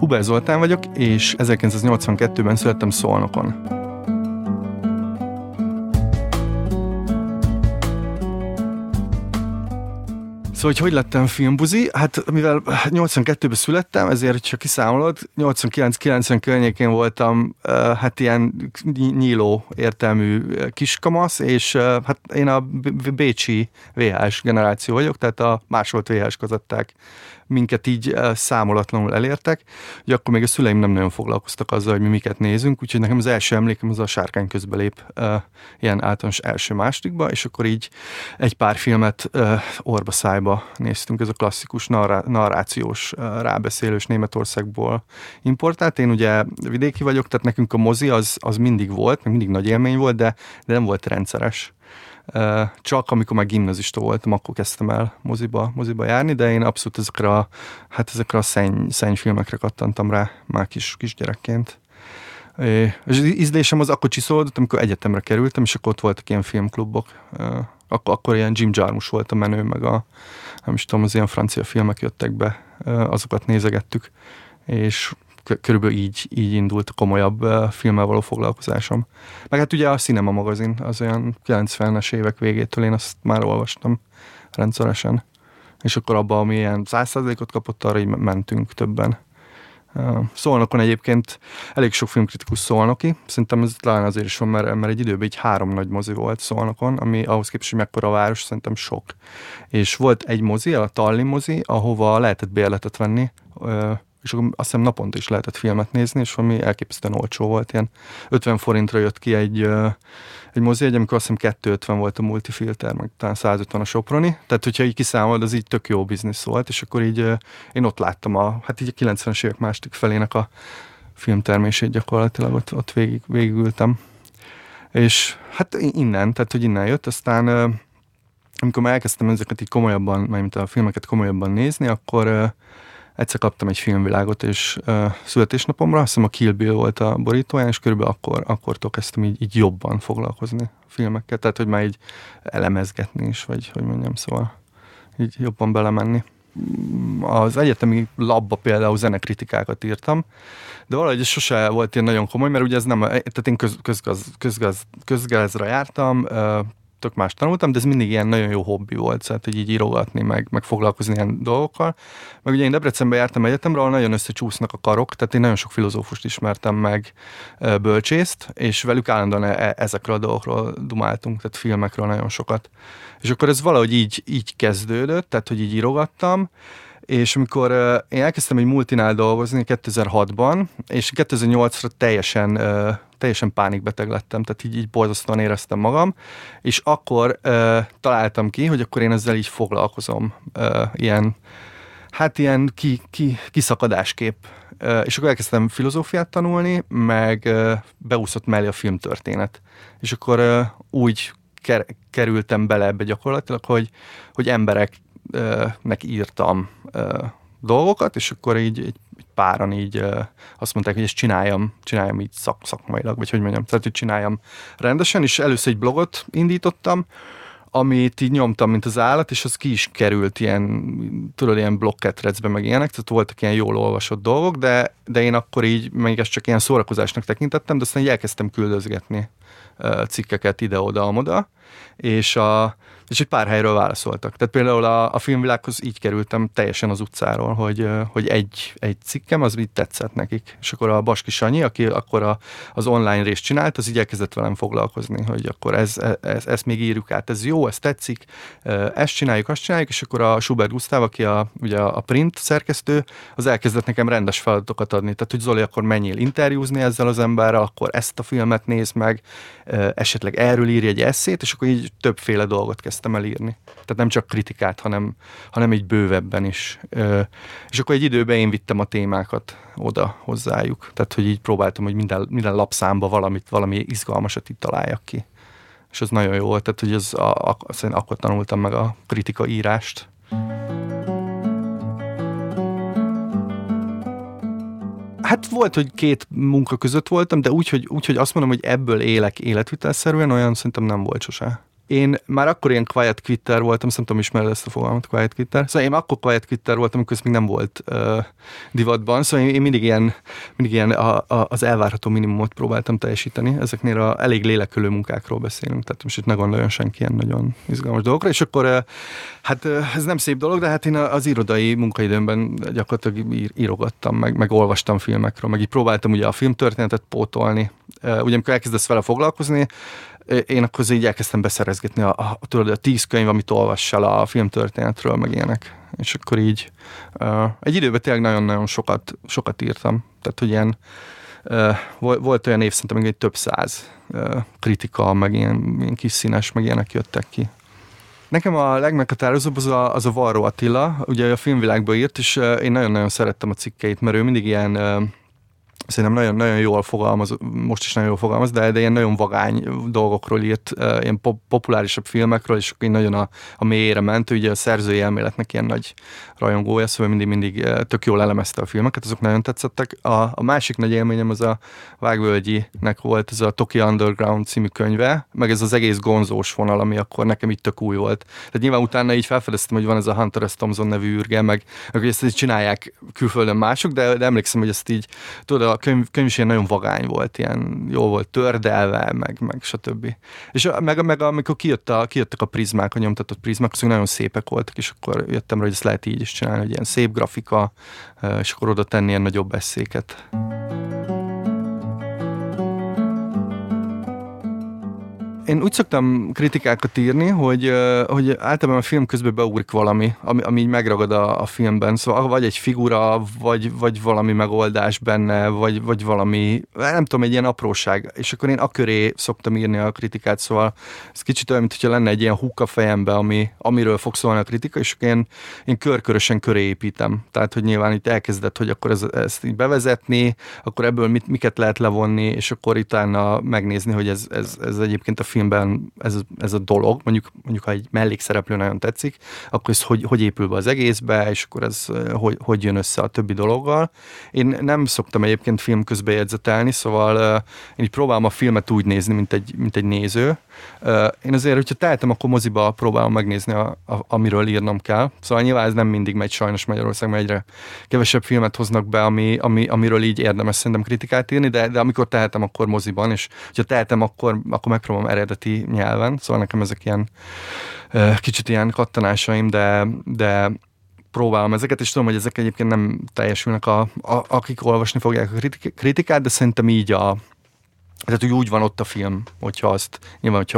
Huber Zoltán vagyok, és 1982-ben születtem Szolnokon. Szóval, hogy lettem filmbuzi? Hát, mivel 82-ben születtem, ezért, csak kiszámolod, 89-90 környékén voltam hát ilyen nyíló értelmű kiskamasz, és hát én a bécsi VHS generáció vagyok, tehát a másolt VHS kazetták minket így számolatlanul elértek, hogy akkor még a szüleim nem nagyon foglalkoztak azzal, hogy mi miket nézünk, úgyhogy nekem az első emlékem az a Sárkány közbelép ilyen általános első-másodikba, és akkor így egy pár filmet orba-szájba néztünk, ez a klasszikus narrációs, rábeszélős Németországból importált. Én ugye vidéki vagyok, tehát nekünk a mozi az mindig volt, meg mindig nagy élmény volt, de nem volt rendszeres. Csak amikor már gimnazista voltam, akkor kezdtem el moziba járni, de én abszolút ezekre a szennyfilmekre kattantam rá már kisgyerekként. És az ízlésem az akkor csiszolódott, amikor egyetemre kerültem, és akkor ott voltak ilyen filmklubok. Akkor ilyen Jim Jarmusch volt a menő, meg nem is tudom, az ilyen francia filmek jöttek be, azokat nézegettük, és körülbelül így indult a komolyabb filmmel való foglalkozásom. Meg hát ugye a Cinema magazin, az olyan 90-es évek végétől én azt már olvastam rendszeresen. És akkor abban, ami ilyen 100%-ot kapott, arra így mentünk többen. Szolnokon egyébként elég sok filmkritikus szolnoki. Szerintem ez talán azért is van, mert egy időben így 3 nagy mozi volt Szolnokon, ami ahhoz képest, hogy mekkora a város, szerintem sok. És volt egy mozi, a Tallinn mozi, ahova lehetett bérletet venni, és akkor azt hiszem naponta is lehetett filmet nézni, és valami elképesztően olcsó volt, ilyen 50 forintra jött ki egy mozi, amikor azt hiszem 250 volt a multifilter, meg talán 150 a Soproni, tehát hogyha így kiszámolod, az így tök jó biznisz volt, és akkor így én ott láttam hát így a 90-es évek második felének a filmtermését gyakorlatilag, ott végigültem. És hát innen, tehát hogy innen jött, aztán amikor már elkezdtem ezeket így komolyabban, mármint a filmeket komolyabban nézni, akkor egyszer kaptam egy filmvilágot, és születésnapomra, azt hiszem a Kill Bill volt a borítóján, és körülbelül akkortól kezdtem így jobban foglalkozni a filmekkel, tehát hogy már így elemezgetni is, vagy hogy mondjam, szóval így jobban belemenni. Az egyetemi labba például zenekritikákat írtam, de valahogy ez sose volt ilyen nagyon komoly, mert ugye ez nem, tehát én közgázra jártam, tök más tanultam, de ez mindig ilyen nagyon jó hobbi volt, szóval, hogy így írogatni, meg foglalkozni ilyen dolgokkal. Meg ugye én Debrecenben jártam egyetemre, ahol nagyon összecsúsznak a karok, tehát én nagyon sok filozófust ismertem meg, bölcsészt, és velük állandóan ezekről a dolgokról dumáltunk, tehát filmekről nagyon sokat. És akkor ez valahogy így kezdődött, tehát hogy így írogattam, és amikor én elkezdtem egy multinál dolgozni 2006-ban, és 2008-ra teljesen pánikbeteg lettem, tehát így borzasztóan éreztem magam, és akkor találtam ki, hogy akkor én ezzel így foglalkozom, ilyen kiszakadásképp. És akkor elkezdtem filozófiát tanulni, meg beúszott mellé a filmtörténet. És akkor úgy kerültem bele ebbe gyakorlatilag, hogy embereknek írtam dolgokat, és akkor így páran így azt mondták, hogy ezt csináljam így szakmailag, vagy hogy mondjam, tehát hogy csináljam rendesen, és először egy blogot indítottam, amit így nyomtam, mint az állat, és az ki is került ilyen blokketrecbe, meg ilyenek, tehát voltak ilyen jól olvasott dolgok, de én akkor így még ezt csak ilyen szórakozásnak tekintettem, de aztán így elkezdtem küldözgetni cikkeket ide-oda-amoda, és egy pár helyről válaszoltak. Tehát például a filmvilághoz így kerültem teljesen az utcáról, hogy egy cikkem az így tetszett nekik. És akkor a Baski Sanyi, aki akkor az online részt csinált, az így elkezdett velem foglalkozni, hogy akkor ezt még írjuk át, ez jó, ez tetszik, ezt csináljuk, azt csináljuk, és akkor a Schubert Gusztáv, aki ugye a print szerkesztő, az elkezdett nekem rendes feladatokat adni. Tehát, hogy Zoli, akkor menjél interjúzni ezzel az emberrel, akkor ezt a filmet nézd meg, esetleg erről írj egy esszét, és akkor így többféle dolgot kezdtem el írni. Tehát nem csak kritikát, hanem így bővebben is. És akkor egy időben én vittem a témákat oda hozzájuk. Tehát, hogy így próbáltam, hogy minden lapszámba valami izgalmasat itt találjak ki. És az nagyon jó volt, tehát, hogy szerintem akkor tanultam meg a kritika írást. Hát volt, hogy 2 munka között voltam, de úgy, hogy azt mondom, hogy ebből élek életvitelszerűen, olyan szerintem nem volt sose. Én már akkor ilyen quiet quitter voltam, nem tudom, ismered ezt a fogalmat, quiet quitter. Szóval én akkor quiet quitter voltam, amikor ez még nem volt divatban, szóval én mindig ilyen az elvárható minimumot próbáltam teljesíteni. Ezeknél elég lélekölő munkákról beszélünk, tehát most itt ne gondoljon senki ilyen nagyon izgalmas dolgokra, és akkor hát ez nem szép dolog, de hát én az irodai munkaidőmben gyakorlatilag írogattam, meg olvastam filmekről, meg így próbáltam ugye a filmtörténetet pótolni. Ugye amikor elkezdesz vele foglalkozni, én akkor így elkezdtem beszerezgetni a 10 könyv, amit olvassál a filmtörténetről, meg ilyenek. És akkor így egy időben tényleg nagyon-nagyon sokat írtam. Tehát, hogy ilyen volt olyan év, szerintem még egy több száz kritika, meg ilyen kis színes, meg ilyenek jöttek ki. Nekem a legmeghatározóbb az a Varró Attila, ugye a filmvilágban írt, és én nagyon-nagyon szerettem a cikkeit, mert ő mindig ilyen szerintem nagyon-nagyon jól fogalmaz, most is nagyon jól fogalmaz, de ilyen nagyon vagány dolgokról írt, ilyen populárisabb filmekről, és akkor nagyon a mélyére ment. Ugye a szerzői elméletnek ilyen nagy rajongója, szóval mindig tök jól elemezte a filmeket, azok nagyon tetszettek. A másik nagy élményem az a Vágvölgyinek volt, ez a Tokyo Underground című könyve, meg ez az egész gonzós vonal, ami akkor nekem így tök új volt. Tehát nyilván utána így felfedeztem, hogy van ez a Hunter S. Thompson nevű űrge, meg hogy ezt így csinálják külföldön mások, de emlékszem, hogy ezt így, tudod, a könyv is ilyen nagyon vagány volt, ilyen jól volt tördelve, meg stb. És meg amikor kijöttek a prizmák, a nyomtatott prizmák, azok nagyon szépek voltak, és akkor jöttem rá, hogy ezt lehet így is csinálni, hogy ilyen szép grafika, és akkor oda tenni ilyen nagyobb eszéket. Én úgy szoktam kritikákat írni, hogy általában a film közben beugrik valami, ami így megragad a filmben. Szóval vagy egy figura, vagy valami megoldás benne, vagy valami, nem tudom, egy ilyen apróság. És akkor én aköré szoktam írni a kritikát, szóval ez kicsit olyan, mintha lenne egy ilyen húk a fejembe, amiről fog szólni a kritika, és akkor én körkörösen köré építem. Tehát, hogy nyilván itt elkezdett, hogy akkor ezt így bevezetni, akkor ebből miket lehet levonni, és akkor utána megnézni, hogy ez egyébként a filmben ez a dolog, mondjuk ha egy mellékszereplő nagyon tetszik, akkor ez hogy épül be az egészbe, és akkor ez hogy jön össze a többi dologgal. Én nem szoktam egyébként film közben jegyzetelni, szóval én így próbálom a filmet úgy nézni, mint egy néző. Én azért, hogyha tehetem, akkor moziba próbálom megnézni, amiről írnom kell. Szóval nyilván ez nem mindig megy sajnos Magyarországon, mert egyre kevesebb filmet hoznak be, amiről így érdemes szerintem kritikát írni, de amikor tehetem, akkor moziban, és hogyha tehetem, akkor megpróbálom eredeti nyelven. Szóval nekem ezek ilyen kicsit ilyen kattanásaim, de próbálom ezeket, és tudom, hogy ezek egyébként nem teljesülnek, akik olvasni fogják a kritikát, de szerintem így tehát úgy van ott a film, hogyha azt nyilván, hogyha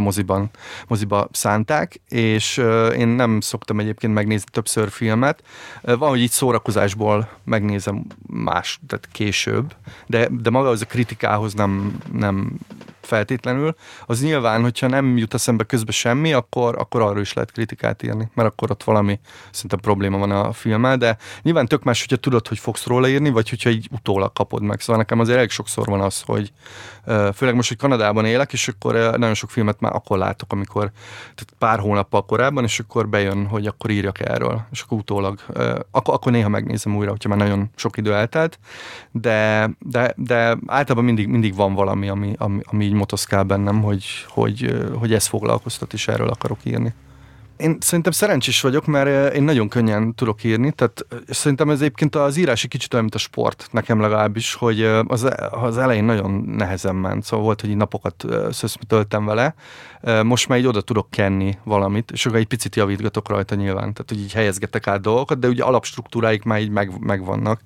moziba szánták, és én nem szoktam egyébként megnézni többször filmet. Van, hogy így szórakozásból megnézem tehát később, de maga az a kritikához nem feltétlenül. Az nyilván, hogyha nem jut eszembe közben semmi, akkor arról is lehet kritikát írni, mert akkor ott valami szerintem probléma van a filmmel, de nyilván tök más, hogyha tudod, hogy fogsz róla írni, vagy hogyha így utólag kapod meg. Szóval nekem azért elég sokszor van az, hogy főleg most, hogy Kanadában élek, és akkor nagyon sok filmet már akkor látok, tehát pár hónappal korábban, és akkor bejön, hogy akkor írjak erről, és akkor utólag, akkor néha megnézem újra, hogyha már nagyon sok idő eltelt, de általában mindig van valami, ami így motoszkál bennem, hogy ez foglalkoztat, és erről akarok írni. Én szerintem szerencsés vagyok, mert én nagyon könnyen tudok írni, tehát szerintem ez egyébként az írás egy kicsit olyan, mint a sport, nekem legalábbis, hogy az elején nagyon nehezen ment, szóval volt, hogy így napokat töltem vele, most már így oda tudok kenni valamit, és akkor egy picit javítgatok rajta nyilván, tehát hogy így helyezgetek át dolgokat, de ugye alapstruktúráik már így megvannak,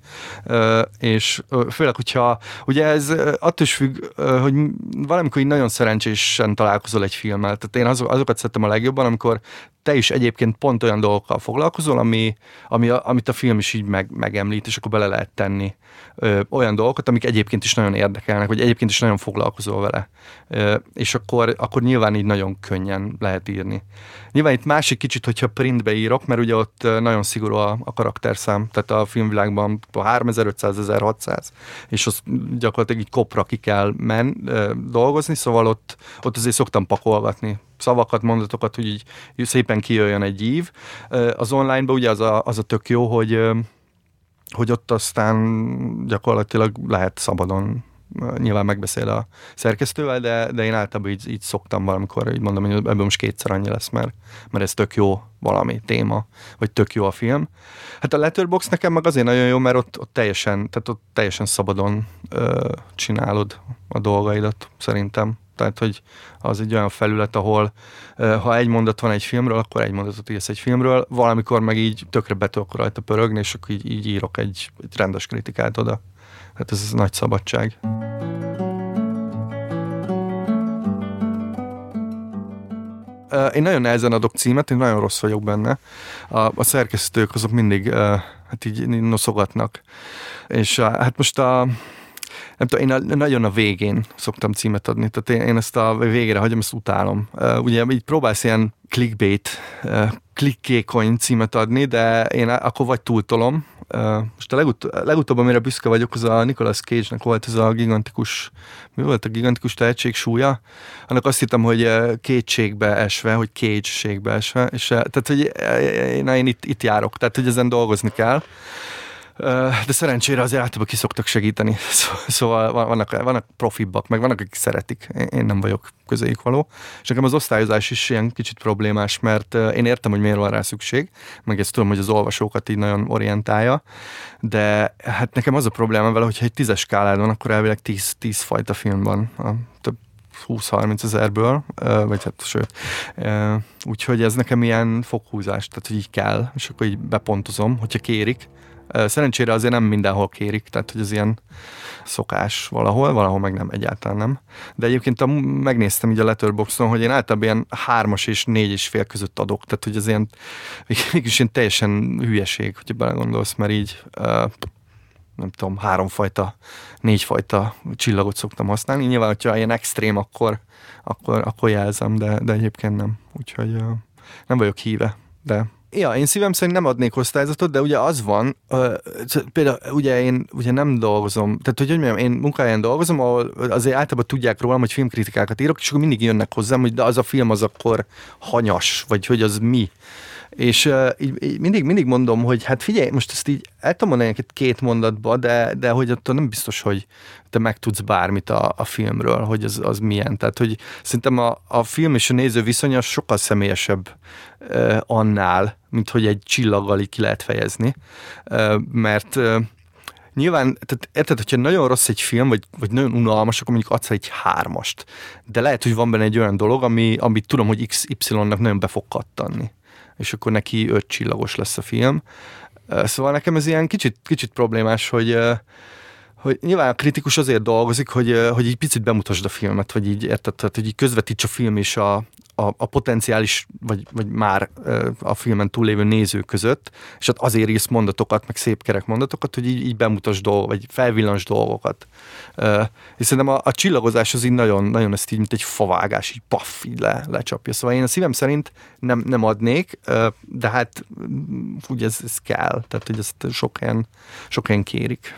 és főleg, hogyha ugye ez attól is függ, hogy valamikor így nagyon szerencsésen találkozol egy filmmel, tehát én azokat szerettem a legjobban, amikor te is egyébként pont olyan dolgokkal foglalkozol, amit a film is így megemlít, és akkor bele lehet tenni olyan dolgokat, amik egyébként is nagyon érdekelnek, vagy egyébként is nagyon foglalkozol vele. És akkor nyilván így nagyon könnyen lehet írni. Nyilván itt másik kicsit, hogyha printbe írok, mert ugye ott nagyon szigorú a karakterszám, tehát a filmvilágban 3500, 1600, és azt gyakorlatilag így kopra ki kell dolgozni, szóval ott azért szoktam pakolgatni szavakat, mondatokat, hogy így szépen kijöjjön egy ív. Az online-ban ugye az a tök jó, hogy ott aztán gyakorlatilag lehet szabadon nyilván megbeszél a szerkesztővel, de én általában így szoktam valamikor, így mondom, hogy ebből most kétszer annyi lesz, mert ez tök jó valami téma, vagy tök jó a film. Hát a Letterboxd nekem meg azért nagyon jó, mert ott teljesen szabadon csinálod a dolgaidat, szerintem. Tehát, hogy az egy olyan felület, ahol ha egy mondat van egy filmről, akkor egy mondatot írsz egy filmről, valamikor meg így tökre be tudok rajta pörögni, és akkor így írok egy rendes kritikát oda. Hát ez nagy szabadság. Én nagyon nehezen adok címet, én nagyon rossz vagyok benne. A szerkesztők azok mindig hát így noszogatnak. És hát most nem tudom, én nagyon a végén szoktam címet adni, tehát én ezt a végére hagyom, ezt utálom. Ugye így próbálsz ilyen clickbait, klikkékony címet adni, de én akkor vagy túltolom. Most a legutóbb, amire büszke vagyok, az a Nicolas Cage-nek volt ez a gigantikus, mi volt a gigantikus tehetség súlya? Annak azt hittem, hogy kétségbe esve, hogy Cage-ségbe esve, és tehát, hogy én itt járok, tehát, hogy ezen dolgozni kell. De szerencsére azért általában ki szoktak segíteni. Szóval vannak profibbak, meg vannak, akik szeretik. Én nem vagyok közéjük való. És nekem az osztályozás is ilyen kicsit problémás, mert én értem, hogy miért van rá szükség, meg ezt tudom, hogy az olvasókat így nagyon orientálja, de hát nekem az a probléma vele, hogyha egy 10-es skálán van, akkor elvileg 10 fajta film van. Több 20-30 ezerből, vagy hát sőt. Úgyhogy ez nekem ilyen foghúzás, tehát hogy így kell, és akkor így bepontozom, hogyha kérik. Szerencsére azért nem mindenhol kérik, tehát hogy az ilyen szokás valahol meg nem, egyáltalán nem. De egyébként megnéztem így a Letterboxdon, hogy én általában ilyen 3-as és 4,5 között adok, tehát hogy az ilyen mégis ilyen teljesen hülyeség, hogyha belegondolsz, mert így nem tudom, 3 fajta, 4 fajta csillagot szoktam használni. Nyilván, hogyha ilyen extrém, akkor jelzem, de egyébként nem. Úgyhogy nem vagyok híve, de... Ja, én szívem szerint nem adnék osztályzatot, de ugye az van, például ugye én ugye nem dolgozom, tehát hogy mondjam, én munkahelyen dolgozom, ahol azért általában tudják rólam, hogy filmkritikákat írok, és akkor mindig jönnek hozzám, hogy de az a film az akkor hanyas, vagy hogy az mi. És így mindig mondom, hogy hát figyelj, most ezt így el tudom mondani neked 2 mondatba, de hogy attól nem biztos, hogy te megtudsz bármit a filmről, hogy az milyen. Tehát, hogy szerintem a film és a néző viszonya sokkal személyesebb annál, mint hogy egy csillaggal így ki lehet fejezni. Mert nyilván, tehát érted, hogyha nagyon rossz egy film, vagy nagyon unalmas, akkor mondjuk adsz egy 3-ast. De lehet, hogy van benne egy olyan dolog, amit tudom, hogy XY-nak nagyon be fog kattanni. És akkor neki 5 csillagos lesz a film. Szóval nekem ez ilyen kicsit problémás, hogy nyilván a kritikus azért dolgozik, hogy így picit bemutasd a filmet, vagy így érted, tehát, hogy így közvetíts a film és a potenciális, vagy már a filmen túllévő néző között, és hát azért írsz mondatokat, meg szép kerek mondatokat, hogy így bemutasd dolgokat, vagy felvillans dolgokat. És szerintem a csillagozás az így nagyon, nagyon ezt így, mint egy favágás, így paff, így lecsapja. Szóval én a szívem szerint nem adnék, de hát ugye ez kell, tehát hogy ezt sok helyen kérik.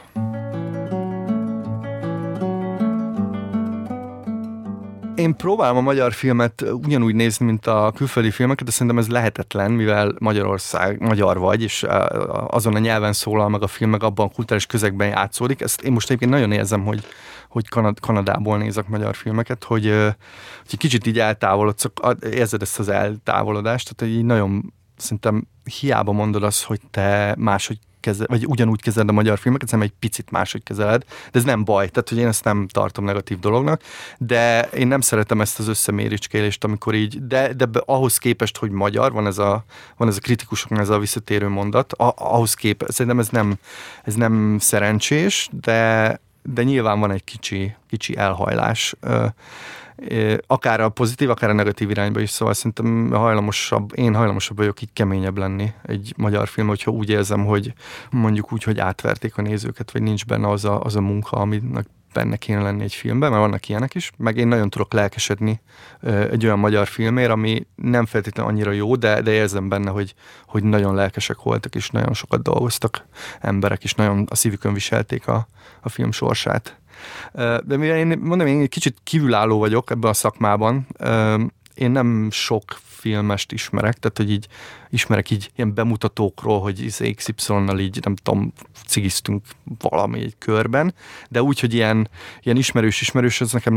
Én próbálom a magyar filmet ugyanúgy nézni, mint a külföldi filmeket, de szerintem ez lehetetlen, mivel Magyarország, magyar vagy, és azon a nyelven szólal meg a film, meg abban a kulturális közegben játszódik. Ezt én most egyébként nagyon érzem, hogy Kanadából nézek magyar filmeket, hogy kicsit így eltávolodsz, érzed ezt az eltávolodást, tehát így nagyon szerintem hiába mondod azt, hogy te máshogy vagy ugyanúgy kezeled a magyar filmeket, szerintem egy picit máshogy kezeled, de ez nem baj, tehát hogy én ezt nem tartom negatív dolognak, de én nem szeretem ezt az összeméricskélést, amikor így, de ahhoz képest, hogy magyar, van ez a kritikusoknak ez a visszatérő mondat, ahhoz képest, szerintem ez nem szerencsés, de nyilván van egy kicsi elhajlás, akár a pozitív, akár a negatív irányba is, szóval szerintem én hajlamosabb vagyok így keményebb lenni egy magyar film, hogyha úgy érzem, hogy mondjuk úgy, hogy átverték a nézőket, vagy nincs benne az a munka, aminek benne kéne lenni egy filmben, mert vannak ilyenek is, meg én nagyon tudok lelkesedni egy olyan magyar filmért, ami nem feltétlenül annyira jó, de érzem benne, hogy nagyon lelkesek voltak, és nagyon sokat dolgoztak emberek, és nagyon a szívükön viselték a film sorsát. De mivel én egy kicsit kívülálló vagyok ebben a szakmában, én nem sok filmest ismerek, tehát hogy így ismerek így ilyen bemutatókról, hogy XY-nal így, nem tudom, cigiztünk valami egy körben, de úgy, hogy ilyen ismerős, az nekem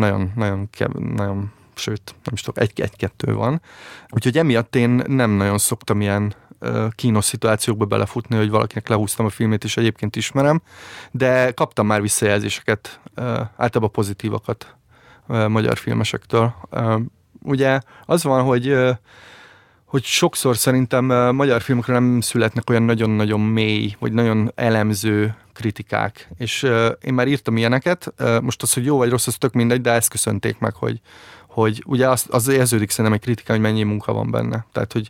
nagyon sőt, nem is tudok, egy-kettő van. Úgyhogy emiatt én nem nagyon szoktam ilyen kínos szituációkba belefutni, hogy valakinek lehúztam a filmét, és egyébként ismerem, de kaptam már visszajelzéseket, általában pozitívakat magyar filmesektől. Ugye az van, hogy sokszor szerintem magyar filmekről nem születnek olyan nagyon-nagyon mély, vagy nagyon elemző kritikák, és én már írtam ilyeneket, most az, hogy jó vagy rossz, az tök mindegy, de ezt köszönték meg, hogy ugye az érződik szerintem egy kritika, hogy mennyi munka van benne. Tehát, hogy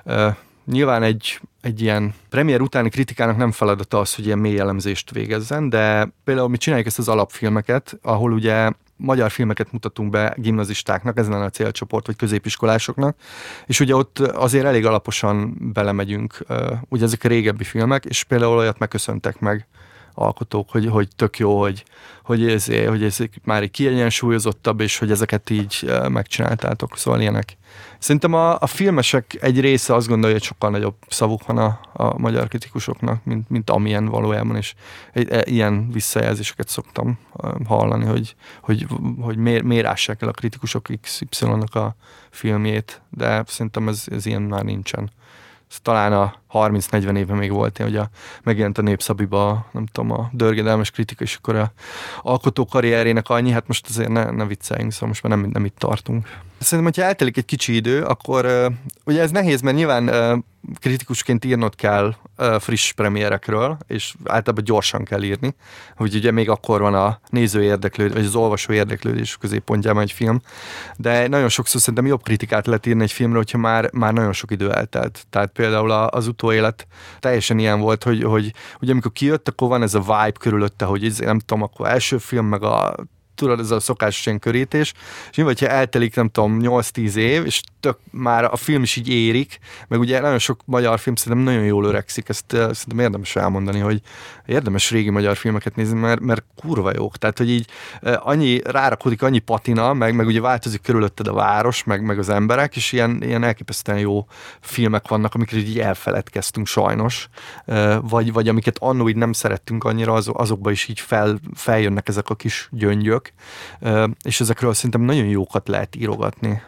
nyilván egy ilyen premier utáni kritikának nem feladata az, hogy ilyen mély elemzést végezzen, de például mi csináljuk ezt az alapfilmeket, ahol ugye magyar filmeket mutatunk be gimnazistáknak, ez lenne a célcsoport, vagy középiskolásoknak, és ugye ott azért elég alaposan belemegyünk, ugye ezek a régebbi filmek, és például olyat megköszöntek meg alkotók, hogy tök jó, hogy ez már egy kiegyensúlyozottabb, és hogy ezeket így megcsináltátok, szóval ilyenek. Szerintem a filmesek egy része azt gondolja, hogy sokkal nagyobb szavuk van a magyar kritikusoknak, mint amilyen valójában, és ilyen visszajelzéseket szoktam hallani, hogy miért ássák el a kritikusok XY-nak a filmjét, de szerintem ez ilyen már nincsen. Ez talán a 30-40 éve még volt, hogy megjelent a Népszabiba, nem tudom, a dörgedelmes kritika, és akkor a alkotó karrierjének annyi, hát most azért ne vicceljünk, szóval most már nem itt tartunk. Szerintem, hogyha eltelik egy kicsi idő, akkor ugye ez nehéz, mert nyilván kritikusként írnod kell friss premierekről, és általában gyorsan kell írni, hogy ugye még akkor van a néző érdeklődés, vagy az olvasó érdeklődés középpontjában egy film, de nagyon sokszor szerintem jobb kritikát lehet írni egy filmről, hogyha már nagyon sok idő eltelt. Tehát például az Utóélet teljesen ilyen volt, hogy ugye amikor kijött, akkor van ez a vibe körülötte, hogy nem tudom, akkor első film, meg tudod, ez a szokásos ilyen körítés, és mi vagy, ha eltelik, nem tudom, 8-10 év, és már a film is így érik, meg ugye nagyon sok magyar film szerintem nagyon jól öregszik, ezt szerintem érdemes elmondani, hogy érdemes régi magyar filmeket nézni, mert kurva jók, tehát, hogy így rárakodik annyi patina, meg ugye változik körülötted a város, meg az emberek, és ilyen elképesztően jó filmek vannak, amikről így elfeledkeztünk sajnos, vagy amiket annó így nem szerettünk annyira, azokba is így feljönnek ezek a kis gyöngyök, és ezekről szerintem nagyon jókat lehet írogatni.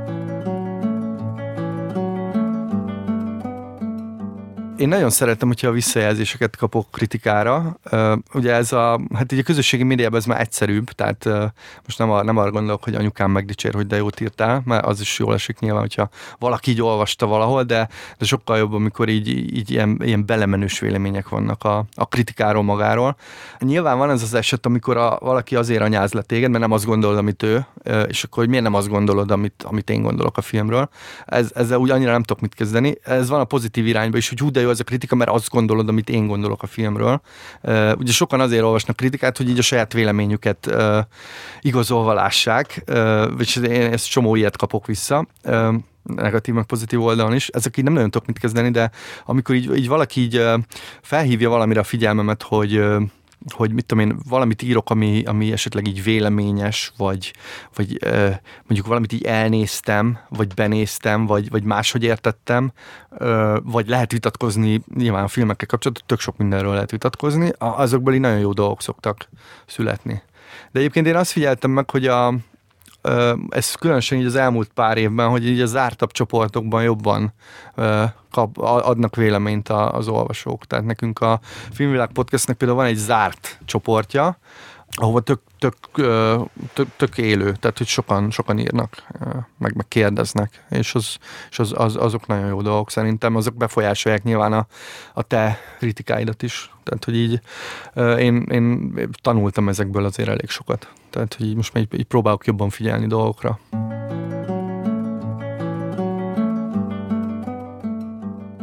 Én nagyon szeretem, hogyha a visszajelzéseket kapok kritikára. Ugye hát így a közösségi médiában ez már egyszerűbb, tehát most nem arra gondolok, hogy anyukám megdicsér, hogy de jót írtál, mert az is jól esik nyilván, hogyha valaki így olvasta valahol, de sokkal jobb, amikor így ilyen belemenős vélemények vannak a kritikáról magáról. Nyilván van ez az eset, amikor valaki azért anyáz le téged, mert nem azt gondolod, amit ő, és akkor hogy miért nem azt gondolod, amit én gondolok a filmről. Ezzel úgy annyira nem tudok mit kezdeni. Ez van a pozitív irányba is, hogy hú, de jó az a kritika, mert azt gondolod, amit én gondolok a filmről. Ugye sokan azért olvasnak kritikát, hogy így a saját véleményüket igazolva lássák, és én ezt csomó ilyet kapok vissza, negatív, meg pozitív oldalon is. Ezek így nem nagyon tudok mit kezdeni, de amikor így valaki így felhívja valamire a figyelmemet, hogy mit tudom én, valamit írok, ami esetleg így véleményes, vagy mondjuk valamit így elnéztem, vagy benéztem, vagy máshogy értettem, vagy lehet vitatkozni, nyilván a filmekkel kapcsolatban tök sok mindenről lehet vitatkozni, azokból így nagyon jó dolgok szoktak születni. De egyébként én azt figyeltem meg, hogy ez különösen így az elmúlt pár évben, hogy így a zártabb csoportokban jobban adnak véleményt az olvasók. Tehát nekünk a Filmvilág Podcastnek például van egy zárt csoportja, ahova tök élő, tehát hogy sokan írnak, meg kérdeznek, és azok nagyon jó dolgok szerintem, azok befolyásolják nyilván a te kritikáidat is. Tehát, hogy így én tanultam ezekből azért elég sokat. Tehát, hogy most már így próbálok jobban figyelni dolgokra.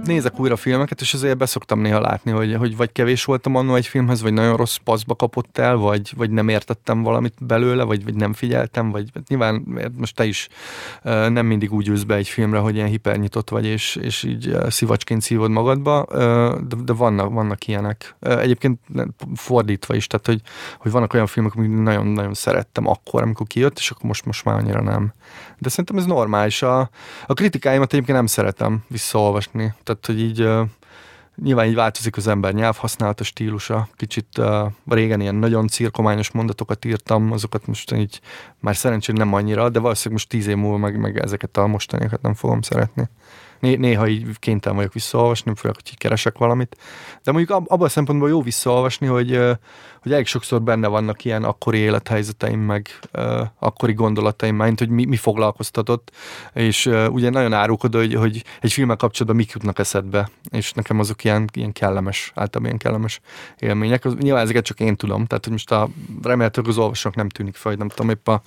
nézek újra filmeket, és azért beszoktam néha látni, hogy vagy kevés voltam annó egy filmhez, vagy nagyon rossz paszba kapott el, vagy nem értettem valamit belőle, vagy nem figyeltem, vagy nyilván most te is nem mindig úgy ülsz be egy filmre, hogy ilyen hipernyitott vagy, és így szivacsként szívod magadba, de vannak ilyenek. Egyébként fordítva is, tehát hogy vannak olyan filmek, amit nagyon-nagyon szerettem akkor, amikor kijött, és akkor most már annyira nem. De szerintem ez normális. A kritikáimat egyébként nem szeretem visszaolvasni. Tehát, hogy így nyilván így változik az ember nyelvhasználata, stílusa. Kicsit régen ilyen nagyon cirkományos mondatokat írtam, azokat most így már szerencsére nem annyira, de valószínűleg most 10 év múlva meg ezeket a mostaniakat nem fogom szeretni. Néha így kénytelen vagyok visszaolvasni, főleg, hogy így keresek valamit. De mondjuk abban a szempontból jó visszaolvasni, hogy elég sokszor benne vannak ilyen akkori élethelyzeteim, meg akkori gondolataim, mint hogy mi foglalkoztatott, és ugye nagyon árulkodó, hogy egy filmmel kapcsolatban mik jutnak eszedbe, és nekem azok ilyen kellemes, általában ilyen kellemes élmények. Nyilván ezeket csak én tudom, tehát hogy most remélhetőleg az olvasónak nem tűnik fel, hogy nem tudom, épp a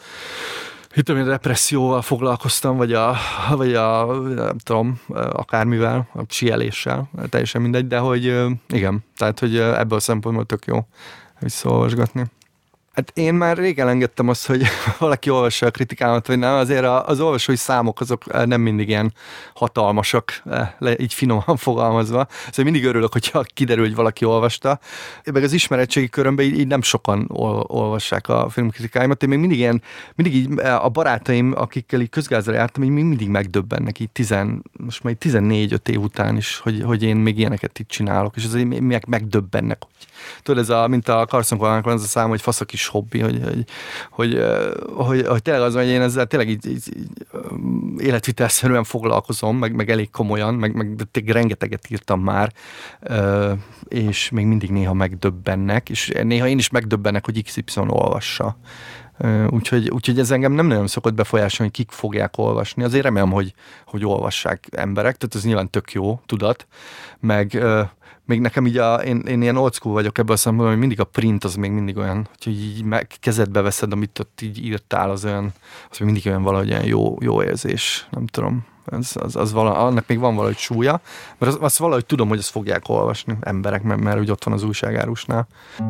depresszióval foglalkoztam, vagy a nem tudom, akármivel, a síeléssel, teljesen mindegy, de hogy igen, tehát hogy ebből a szempontból tök jó visszaolvasgatni. Hát én már rég elengedtem azt, hogy valaki olvassa a kritikámat, vagy nem, azért az olvasói számok azok nem mindig ilyen hatalmasak, így finoman fogalmazva. Szóval mindig örülök, hogyha kiderül, hogy valaki olvasta. Meg az ismeretségi körömben így nem sokan olvassák a filmkritikáimat. Én még mindig így a barátaim, akikkel így közgázra jártam, így mindig megdöbbennek így most már 14-5 év után is, hogy én még ilyeneket itt csinálok, és azért megdöbbennek, hogy tudod, mint a Carson Cole-nak az a szám, hogy fasz a kis hobbi, hogy tényleg az, hogy én ezzel tényleg így életvitelszerűen foglalkozom, meg elég komolyan, meg rengeteget írtam már, és még mindig néha megdöbbennek, és néha én is megdöbbennek, hogy XY olvassa. Úgyhogy ez engem nem nagyon szokott befolyásolni, hogy kik fogják olvasni. Azért remélem, hogy olvassák emberek, tehát ez nyilván tök jó tudat, meg még nekem így én ilyen old school vagyok ebből a szempontból, hogy mindig a print az még mindig olyan, hogy így kezedbe veszed, amit ott így írtál, az még mindig olyan valahogy olyan jó érzés, nem tudom. Annak még van valahogy súlya, mert azt valahogy tudom, hogy ezt fogják olvasni emberek, mert úgy ott van az újságárusnál.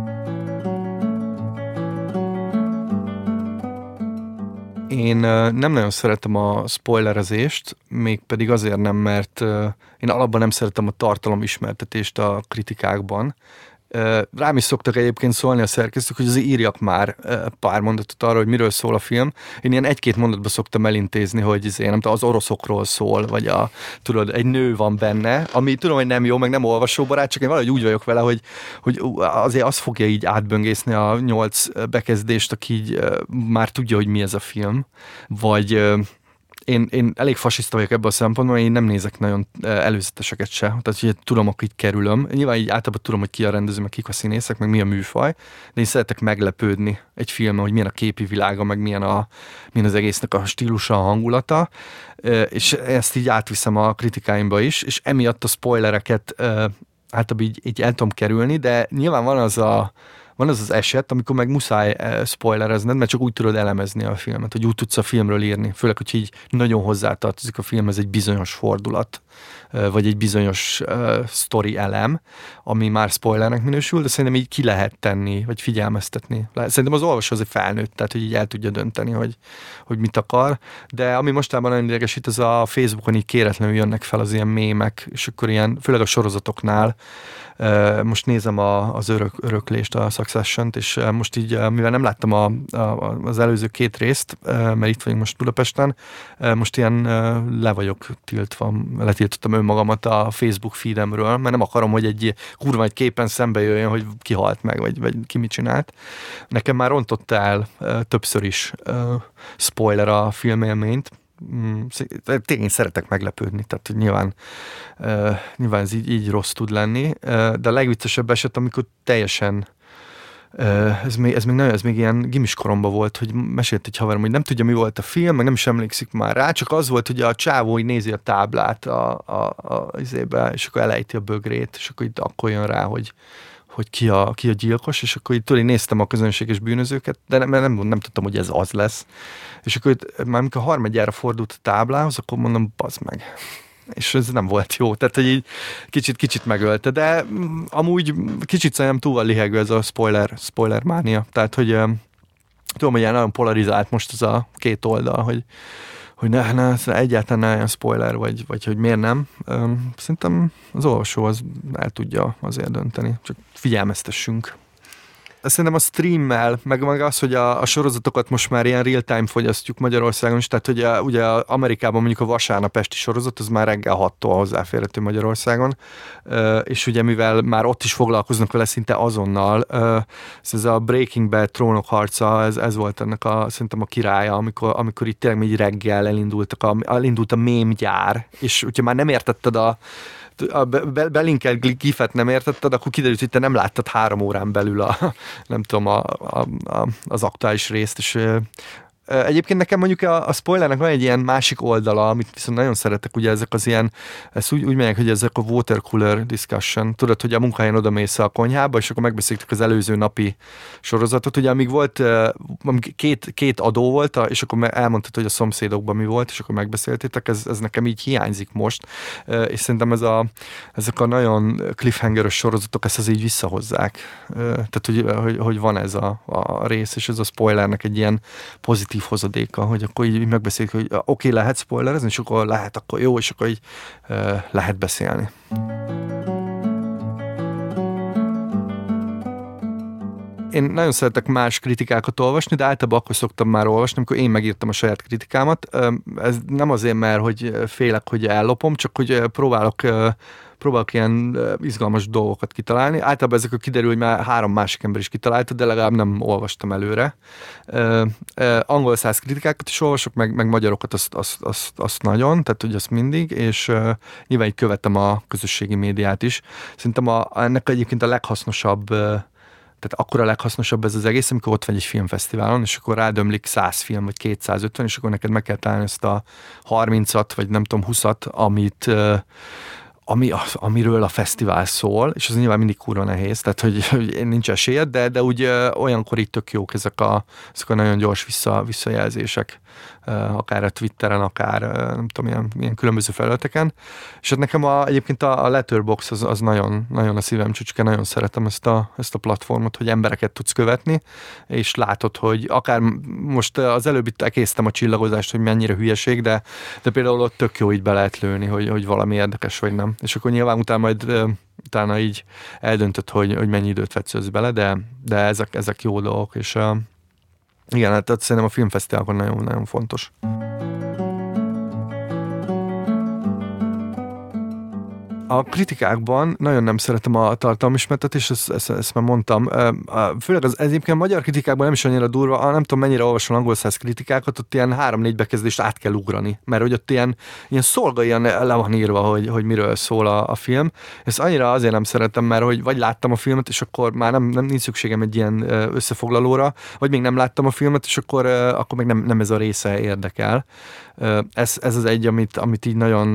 Én nem nagyon szeretem a spoilerezést, mégpedig azért nem, mert én alapban nem szeretem a tartalomismertetést a kritikákban. Rám is szoktak egyébként szólni a szerkesztők, hogy azért írjak már pár mondatot arra, hogy miről szól a film. Én ilyen 1-2 mondatba szoktam elintézni, hogy nem tudom, az oroszokról szól, vagy tudod, egy nő van benne, ami tudom, hogy nem jó, meg nem olvasóbarát, csak én valahogy úgy vagyok vele, hogy azért az fogja így átböngészni a 8 bekezdést, aki így már tudja, hogy mi ez a film. Vagy én elég fasiszta vagyok ebből a szempontból, én nem nézek nagyon előzeteseket se, tehát hogy tudom, akkor így kerülöm. Nyilván így általában tudom, hogy ki a rendező, meg kik a színészek, meg mi a műfaj, de én szeretek meglepődni egy filmen, hogy milyen a képi világa, meg milyen az egésznek a stílusa, a hangulata, és ezt így átviszem a kritikáimba is, és emiatt a spoilereket általában így el tudom kerülni, de nyilván van az eset, amikor meg muszáj spoilerezned, mert csak úgy tudod elemezni a filmet, hogy úgy tudsz a filmről írni. Főleg, hogy így nagyon hozzátartozik a filmhez egy bizonyos fordulat, vagy egy bizonyos sztori elem, ami már spoilernek minősül, de szerintem így ki lehet tenni, vagy figyelmeztetni. Szerintem az olvasó azért felnőtt, tehát hogy így el tudja dönteni, hogy mit akar. De ami mostában nagyon idegesít, az a Facebookon így kéretlenül jönnek fel az ilyen mémek, és akkor ilyen, főleg a sorozatoknál, most nézem az öröklést, a Succession-t, és most így, mivel nem láttam az előző 2 részt, mert itt vagyunk most Budapesten, most ilyen le vagyok tiltva, letiltottam önmagamat a Facebook feedemről, mert nem akarom, hogy egy kurva egy képen szembe jöjjön, hogy ki halt meg, vagy ki mit csinált. Nekem már rontott el többször is spoiler a filmélményt. Én szeretek meglepődni, tehát hogy nyilván ez így rossz tud lenni, de a legviccesebb eset, amikor teljesen ez még ilyen gimis koromban volt, hogy mesélt egy haverom, hogy nem tudja, mi volt a film, meg nem is emlékszik már rá, csak az volt, hogy a csávó így nézi a táblát izébe, és akkor elejti a bögrét, és akkor jön rá, hogy ki a gyilkos, és akkor így néztem a közönséges bűnözőket, de nem tudtam, hogy ez az lesz. És akkor már amikor harmadjára fordult a táblához, akkor mondom, bazd meg. és ez nem volt jó. Tehát, hogy így kicsit megölte, de amúgy kicsit szerintem túl van lihegő ez a spoiler mánia. Tehát, hogy tudom, hogy ilyen nagyon polarizált most ez a két oldal, hogy ne, egyáltalán ne olyan spoiler, vagy hogy miért nem. Szerintem az olvasó az el tudja azért dönteni. Csak figyelmeztessünk. Szerintem a streammel, meg az, hogy a sorozatokat most már ilyen real-time fogyasztjuk Magyarországon is, tehát hogy ugye Amerikában mondjuk a vasárnap esti sorozat, az már reggel 6-tól hozzáférhető Magyarországon, és ugye mivel már ott is foglalkoznak vele szinte azonnal, ez a Breaking Bad Trónok harca, ez volt ennek szerintem a királya, amikor itt tényleg így reggel elindult a mémgyár, és ugye már nem értetted belinkelt gifet nem értetted, akkor kiderült, hogy te nem láttad 3 órán belül nem tudom, az aktuális részt, és egyébként nekem mondjuk a spoilernek van egy ilyen másik oldala, amit viszont nagyon szeretek, ugye ezek az ilyen, ezt úgy megyek, hogy ezek a water cooler discussion. Tudod, hogy a munkahelyen odamész a konyhába, és akkor megbeszéltük az előző napi sorozatot. Ugye amíg volt, két adó volt, és akkor elmondtad, hogy a szomszédokban mi volt, és akkor megbeszéltétek, ez nekem így hiányzik most. És szerintem ezek a nagyon cliffhangeres sorozatok ezt az így visszahozzák. Tehát, hogy van ez a rész, és ez a spoilernek egy ilyen pozitív hozadéka, hogy akkor így megbeszéljük, hogy oké, lehet spoilerezni, és akkor lehet, akkor jó, és akkor így lehet beszélni. Én nagyon szeretek más kritikákat olvasni, de általában akkor szoktam már olvasni, amikor én megírtam a saját kritikámat. Ez nem azért, mert hogy félek, hogy ellopom, csak hogy próbálok ilyen izgalmas dolgokat kitalálni. Általában ezekről kiderül, hogy már 3 másik ember is kitalálta, de legalább nem olvastam előre. Angol száz kritikákat is olvasok, meg magyarokat azt nagyon, tehát hogy azt mindig, és nyilván így követem a közösségi médiát is. Szerintem ennek egyébként a leghasznosabb, tehát akkor a leghasznosabb ez az egész, amikor ott vagy egy filmfesztiválon, és akkor rádömlik 100 film, vagy 250, és akkor neked meg kell találni ezt a 30-at, vagy nem tudom, 20-at, amiről a fesztivál szól, és az nyilván mindig kurva nehéz, tehát hogy nincs esélyed, de úgy olyankor itt tök jók ezek a nagyon gyors visszajelzések, akár a Twitteren, akár nem tudom, ilyen különböző felületeken. És hát nekem egyébként a Letterboxd az nagyon, nagyon a szívem csücske, nagyon szeretem ezt a platformot, hogy embereket tudsz követni, és látod, hogy akár most az előbb itt elkésztem a csillagozást, hogy mennyire hülyeség, de például ott tök jó így be lehet lőni, hogy valami érdekes vagy nem. És akkor nyilván utána így eldöntöd, hogy mennyi időt vetsz bele, de ezek jó dolgok, és igen, hát szerintem a filmfesztiválokon nagyon-nagyon fontos. A kritikákban nagyon nem szeretem a tartalmismertetést, ezt már mondtam. Főleg ez egyébként a magyar kritikákban nem is annyira durva, nem tudom mennyire olvasom angol száz kritikákat, ott ilyen 3-4 bekezdést át kell ugrani, mert hogy ott ilyen szolga ilyen le van írva, hogy miről szól a film. Ezt annyira azért nem szeretem, mert hogy vagy láttam a filmet, és akkor már nem nincs szükségem egy ilyen összefoglalóra, vagy még nem láttam a filmet, és akkor még nem ez a része érdekel. Ez az egy, amit így nagyon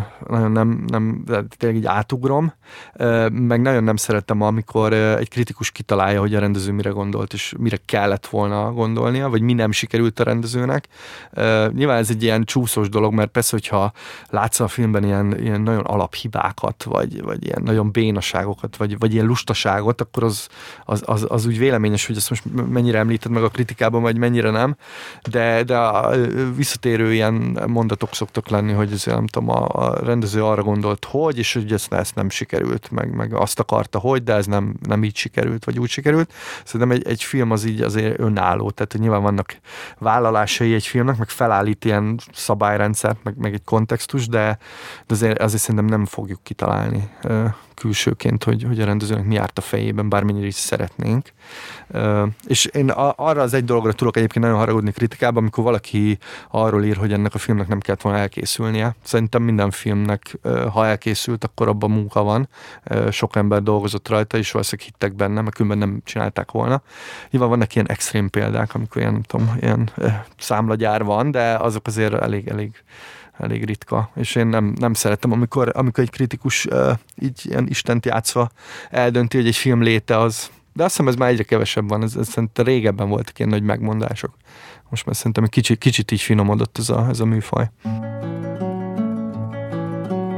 nem tényleg így átugrom, meg nagyon nem szeretem, amikor egy kritikus kitalálja, hogy a rendező mire gondolt, és mire kellett volna gondolnia, vagy mi nem sikerült a rendezőnek. Nyilván ez egy ilyen csúszós dolog, mert persze, hogyha látsz a filmben ilyen nagyon alaphibákat, vagy ilyen nagyon bénaságokat, vagy ilyen lustaságot, akkor az úgy véleményes, hogy ezt most mennyire említed meg a kritikában, vagy mennyire nem, de a visszatérő ilyen mondatok szoktak lenni, hogy azért nem tudom, a rendező arra gondolt, hogy, és hogy ezt nem sikerült, meg azt akarta, hogy, de ez nem így sikerült, vagy úgy sikerült. Szerintem egy film az így azért önálló, tehát nyilván vannak vállalásai egy filmnek, meg felállít ilyen szabályrendszert, meg egy kontextus, de azért szerintem nem fogjuk kitalálni külsőként, hogy a rendezőnek mi járt a fejében, bármennyire is szeretnénk. És én arra az egy dologra tudok egyébként nagyon haragudni kritikában, amikor valaki arról ír, hogy ennek a filmnek nem kellett volna elkészülnie. Szerintem minden filmnek, ha elkészült, akkor abban munka van. Sok ember dolgozott rajta, és valószínűleg hittek benne, mert különben nem csinálták volna. Nyilván vannak ilyen extrém példák, amikor ilyen számlagyár van, de azok azért elég ritka, és én nem szeretem, amikor egy kritikus így ilyen Istent játszva eldönti, hogy egy film léte az, de azt hiszem ez már egyre kevesebb van, ez szerintem régebben voltak ilyen nagy megmondások. Most már szerintem kicsit így finomodott ez a műfaj.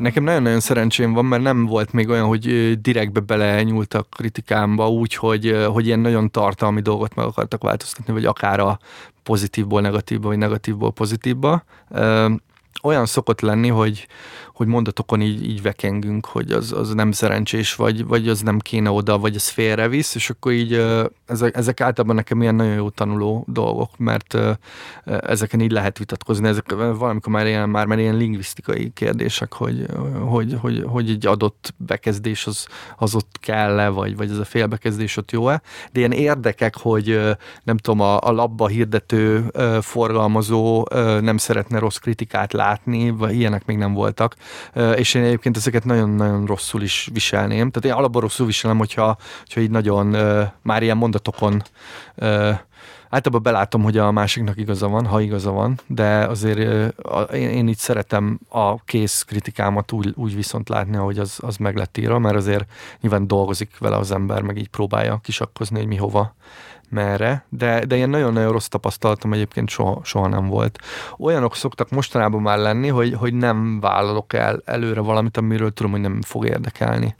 Nekem nagyon-nagyon szerencsém van, mert nem volt még olyan, hogy direktbe belenyúltak kritikámba úgy, hogy ilyen nagyon tartalmi dolgot meg akartak változtatni, vagy akár a pozitívból negatívba, vagy negatívból pozitívba. Olyan szokott lenni, hogy mondatokon így vekengünk, hogy az nem szerencsés, vagy az nem kéne oda, vagy az félrevisz, és akkor így ezek általában nekem ilyen nagyon jó tanuló dolgok, mert ezeken így lehet vitatkozni. Ezek valamikor már ilyen lingvisztikai kérdések, hogy egy adott bekezdés az ott kell-e, vagy ez a félbekezdés ott jó-e. De ilyen érdekek, hogy nem tudom, a labba hirdető forgalmazó nem szeretne rossz kritikát látni, vagy ilyenek még nem voltak. És én egyébként ezeket nagyon-nagyon rosszul is viselném. Tehát én alapból rosszul viselem, hogyha így nagyon már ilyen mondatokon általában belátom, hogy a másiknak igaza van, ha igaza van, de azért én így szeretem a kész kritikámat úgy viszont látni, hogy az meg lett írva, mert azért nyilván dolgozik vele az ember, meg így próbálja kisakkozni, hogy mi hova, merre, de ilyen nagyon-nagyon rossz tapasztalatom egyébként soha nem volt. Olyanok szoktak mostanában már lenni, hogy nem vállalok el előre valamit, amiről tudom, hogy nem fog érdekelni.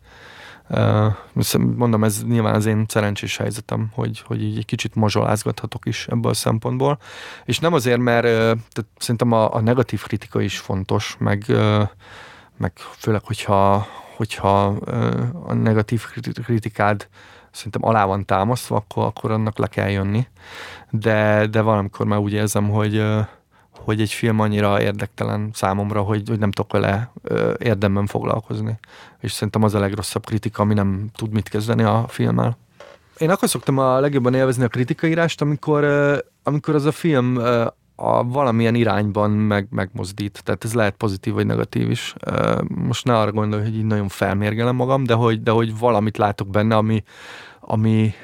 Mondom, ez nyilván az én szerencsés helyzetem, hogy így egy kicsit mazsolázgathatok is ebből a szempontból. És nem azért, mert tehát szerintem a negatív kritika is fontos, meg főleg, hogyha a negatív kritikád szerintem alá van támasztva, akkor annak le kell jönni. De valamikor már úgy érzem, hogy egy film annyira érdektelen számomra, hogy nem tudok vele érdemben foglalkozni. És szerintem az a legrosszabb kritika, ami nem tud mit kezdeni a filmmel. Én akkor szoktam a legjobban élvezni a kritikaírást, amikor az a film a valamilyen irányban megmozdít. Tehát ez lehet pozitív vagy negatív is. Most ne arra gondolj, hogy így nagyon felmérgelem magam, de hogy valamit látok benne, ami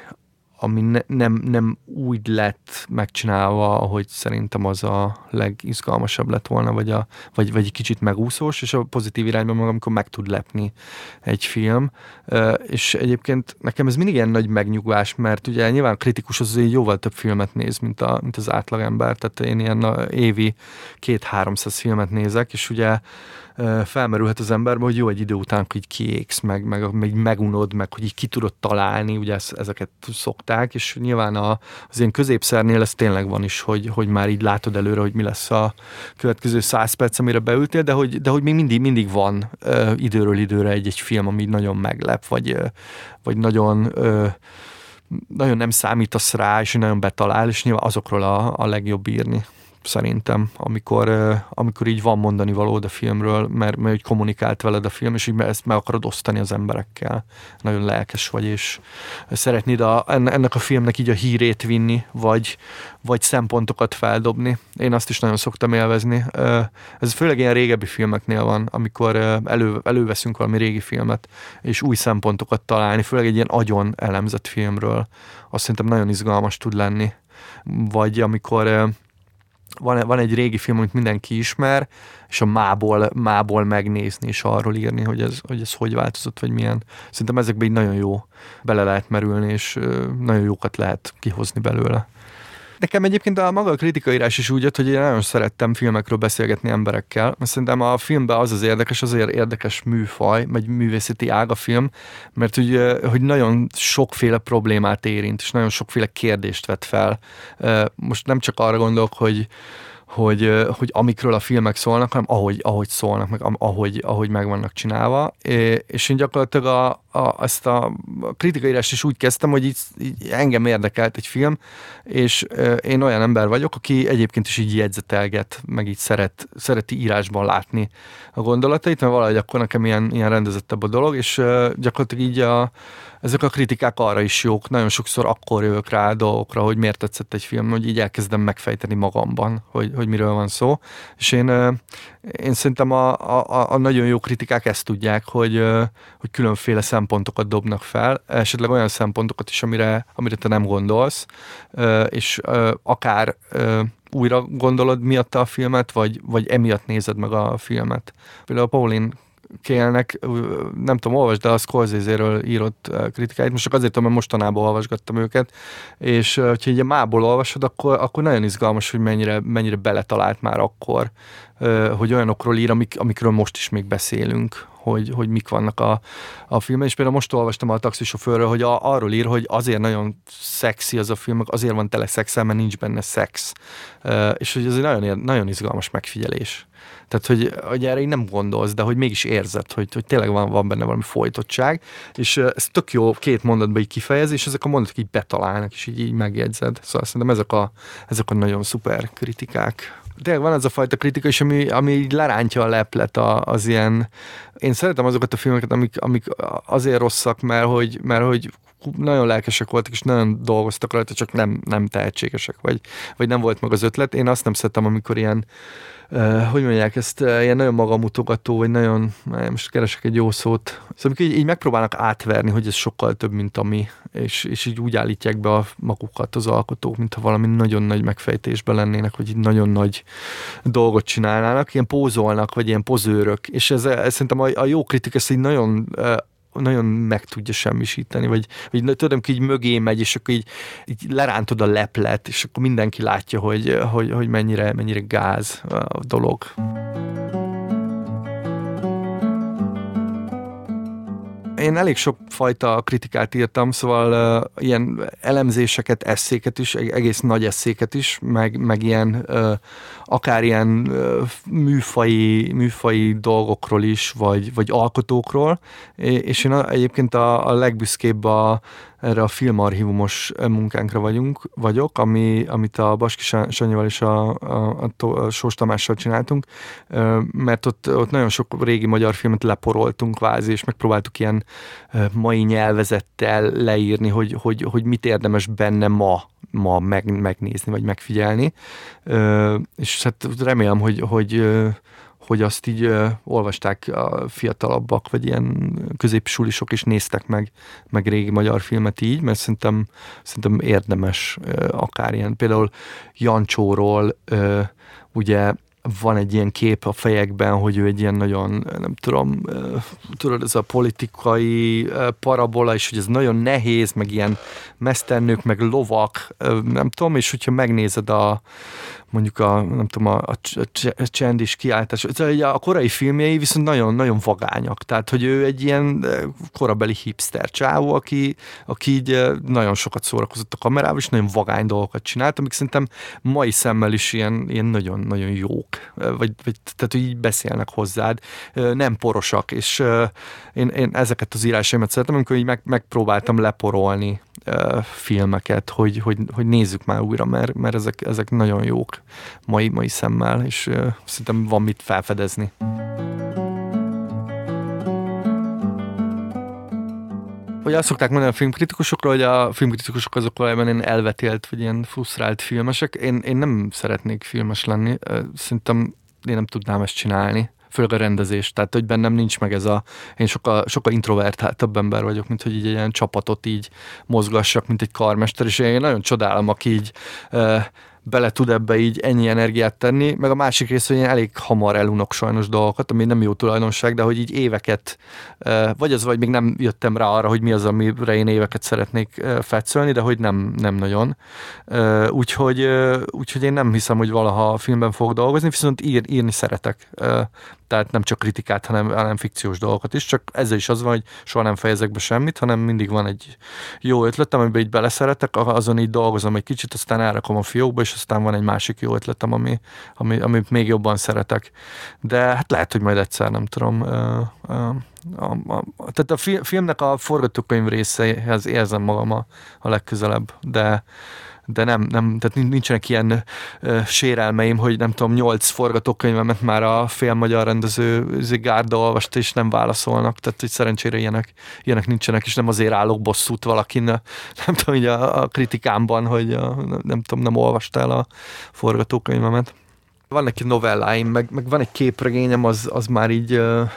nem úgy lett megcsinálva, ahogy szerintem az a legizgalmasabb lett volna, vagy egy kicsit megúszós, és a pozitív irányban magam, amikor meg tud lepni egy film. És egyébként nekem ez mindig ilyen nagy megnyugvás, mert ugye nyilván kritikus az jóval több filmet néz, mint az átlagember, tehát én ilyen évi 200-300 filmet nézek, és ugye felmerülhet az emberben, hogy jó, egy idő után így kiégsz, meg megunod, meg hogy így ki tudod találni, ugye ezeket szokták, és nyilván az ilyen középszernél ez tényleg van is, hogy már így látod előre, hogy mi lesz a következő 100 perc, amire beültél, de hogy még mindig van időről időre egy film, ami nagyon meglep, vagy nagyon nem számítasz rá, és nagyon betalál, és nyilván azokról a legjobb írni. Szerintem, amikor így van mondani valód a filmről, mert úgy kommunikált veled a film, és így ezt meg akarod osztani az emberekkel. Nagyon lelkes vagy, és szeretnéd ennek a filmnek így a hírét vinni, vagy szempontokat feldobni. Én azt is nagyon szoktam élvezni. Ez főleg ilyen régebbi filmeknél van, amikor előveszünk valami régi filmet, és új szempontokat találni, főleg egy ilyen agyon elemzett filmről. Azt szerintem nagyon izgalmas tud lenni. Vagy amikor van egy régi film, amit mindenki ismer, és a mából megnézni, és arról írni, hogy ez hogy változott, vagy milyen. Szerintem ezekben így nagyon jó bele lehet merülni, és nagyon jókat lehet kihozni belőle. Nekem egyébként a maga a kritikaírás is úgy jött, hogy én nagyon szerettem filmekről beszélgetni emberekkel. Szerintem a filmben azért érdekes műfaj, vagy művészeti ág a film, mert hogy nagyon sokféle problémát érint, és nagyon sokféle kérdést vet fel. Most nem csak arra gondolok, hogy amikről a filmek szólnak, hanem ahogy szólnak, meg ahogy meg vannak csinálva. És én gyakorlatilag ezt a kritikaírást is úgy kezdtem, hogy így engem érdekelt egy film, és én olyan ember vagyok, aki egyébként is így jegyzetelget, meg így szereti írásban látni a gondolatait, mert valahogy akkor nekem ilyen rendezettebb a dolog, és gyakorlatilag így ezek a kritikák arra is jók. Nagyon sokszor akkor jövök rá dolgokra, hogy miért tetszett egy film, hogy így elkezdem megfejteni magamban, hogy miről van szó. És én szerintem a nagyon jó kritikák ezt tudják, hogy különféle szempontokat dobnak fel, esetleg olyan szempontokat is, amire te nem gondolsz, és akár újra gondolod miatta a filmet, vagy emiatt nézed meg a filmet. Például a Pauline Kale-nek, nem tudom, olvasd, de a Scorsese-ről írott kritikáit, most csak azért tudom, mert mostanában olvasgattam őket, és hogyha így a mából olvasod, akkor nagyon izgalmas, hogy mennyire beletalált már akkor, hogy olyanokról ír, amikről most is még beszélünk, hogy mik vannak a filmben, és például most olvastam a taxisofőrről, hogy arról ír, hogy azért nagyon szexi az a film, azért van tele szexel, mert nincs benne szex. És hogy ez egy nagyon, nagyon izgalmas megfigyelés. Tehát, hogy erre így nem gondolsz, de hogy mégis érzed, hogy tényleg van benne valami folytottság, és ez tök jó két mondatban így kifejez, és ezek a mondatok így betalálnak, és így megjegyzed. Szóval szerintem ezek a nagyon szuper kritikák. Tényleg van az a fajta kritika is, ami így lerántja a leplet az ilyen... Én szeretem azokat a filmeket, amik azért rosszak, mert hogy nagyon lelkesek voltak, és nagyon dolgoztak rajta, csak nem tehetségesek, vagy nem volt meg az ötlet. Én azt nem szeretem, amikor ilyen, hogy mondják ezt, ilyen nagyon magamutogató, vagy nagyon, most keresek egy jó szót, szóval amikor így megpróbálnak átverni, hogy ez sokkal több, mint ami, és így úgy állítják be a magukat az alkotók, mintha valami nagyon nagy megfejtésben lennének, vagy így nagyon nagy dolgot csinálnának, ilyen pózolnak, vagy ilyen pozőrök, és ez szerintem a jó kritika ezt így nagyon meg tudja semmisíteni, vagy tudom, hogy így mögé megy, és akkor így lerántod a leplet, és akkor mindenki látja, hogy mennyire gáz a dolog. Én elég sok fajta kritikát írtam, szóval ilyen elemzéseket, esszéket is, egész nagy esszéket is, meg ilyen akár ilyen műfaji dolgokról is, vagy alkotókról, és én egyébként a legbüszkébb erre a filmarchívumos munkánkra vagyok, amit a Baski Sanyival és a Sós Tamással csináltunk, mert ott nagyon sok régi magyar filmet leporoltunk kvázi, és megpróbáltuk ilyen mai nyelvezettel leírni, hogy mit érdemes benne ma megnézni, vagy megfigyelni. És hát remélem, hogy azt így olvasták a fiatalabbak, vagy ilyen középsulisok is néztek meg régi magyar filmet így, mert szerintem érdemes akár ilyen. Például Jancsóról ugye van egy ilyen kép a fejekben, hogy ő egy ilyen nagyon, nem tudom, tudod, ez a politikai parabola, és hogy ez nagyon nehéz, meg ilyen meszternők, meg lovak, nem tudom, és hogyha megnézed mondjuk a csendis kiáltás. A korai filmjei viszont nagyon-nagyon vagányak. Tehát, hogy ő egy ilyen korabeli hipster csávó, aki így nagyon sokat szórakozott a kamerával, és nagyon vagány dolgokat csinált, amik szerintem mai szemmel is ilyen nagyon-nagyon jók. Tehát, hogy így beszélnek hozzád. Nem porosak, és én ezeket az írásaimat szeretem, amikor így megpróbáltam leporolni filmeket, hogy nézzük már újra, mert ezek nagyon jók mai szemmel, és szerintem van mit felfedezni. Hogy azt szokták mondani a filmkritikusokról, hogy a filmkritikusok azok valójában ilyen elvetélt, vagy ilyen frusztrált filmesek. Én nem szeretnék filmes lenni, szerintem én nem tudnám ezt csinálni. Főleg a rendezés, tehát hogy bennem nincs meg ez én sokkal introvertáltabb ember vagyok, mint hogy így egy ilyen csapatot így mozgassak, mint egy karmester, és én nagyon csodálom, aki így bele tud ebbe így ennyi energiát tenni, meg a másik rész, hogy én elég hamar elunok sajnos dolgokat, ami nem jó tulajdonság, de hogy így éveket, vagy még nem jöttem rá arra, hogy mi az, amire én éveket szeretnék fetszölni, de hogy nem nagyon. Úgyhogy én nem hiszem, hogy valaha a filmben fogok dolgozni, viszont írni szeretek. Tehát nem csak kritikát, hanem fikciós dolgokat is, csak ezzel is az van, hogy soha nem fejezek be semmit, hanem mindig van egy jó ötletem, amiben így beleszeretek, azon így dolgozom egy kicsit, aztán elrakom a fiókba, és aztán van egy másik jó ötletem, amit még jobban szeretek. De hát lehet, hogy majd egyszer, nem tudom. Tehát a filmnek a forgatókönyv részeihez érzem magam a legközelebb, de nem, tehát nincsenek ilyen sérelmeim, hogy nem tudom, 8 forgatókönyvemet már a félmagyar rendező gárda olvasta, és nem válaszolnak, tehát hogy szerencsére ilyenek nincsenek, és nem azért állok bosszút valakin, nem tudom, így a kritikámban, hogy nem tudom, nem olvastál a forgatókönyvemet. Van neki novelláim, meg van egy képregényem, az már így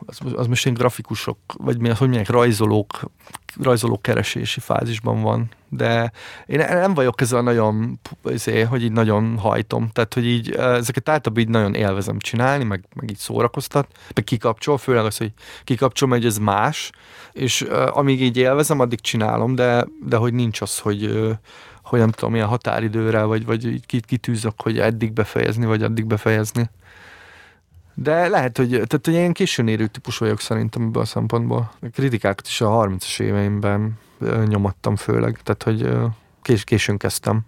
az most ilyen grafikusok, vagy hogy mondják, rajzolók keresési fázisban van, de én nem vagyok ezzel nagyon, hogy így nagyon hajtom, tehát hogy így ezeket általában így nagyon élvezem csinálni, meg így szórakoztat, meg kikapcsol, főleg az, hogy kikapcsol, mert ez más, és amíg így élvezem, addig csinálom, de hogy nincs az, hogy nem tudom, milyen határidőre, vagy kitűzök, hogy eddig befejezni, vagy addig befejezni. De lehet, hogy én későn érő típus vagyok szerintem ebből a szempontból. A kritikákat is a 30-as éveimben nyomattam főleg, tehát hogy későn kezdtem.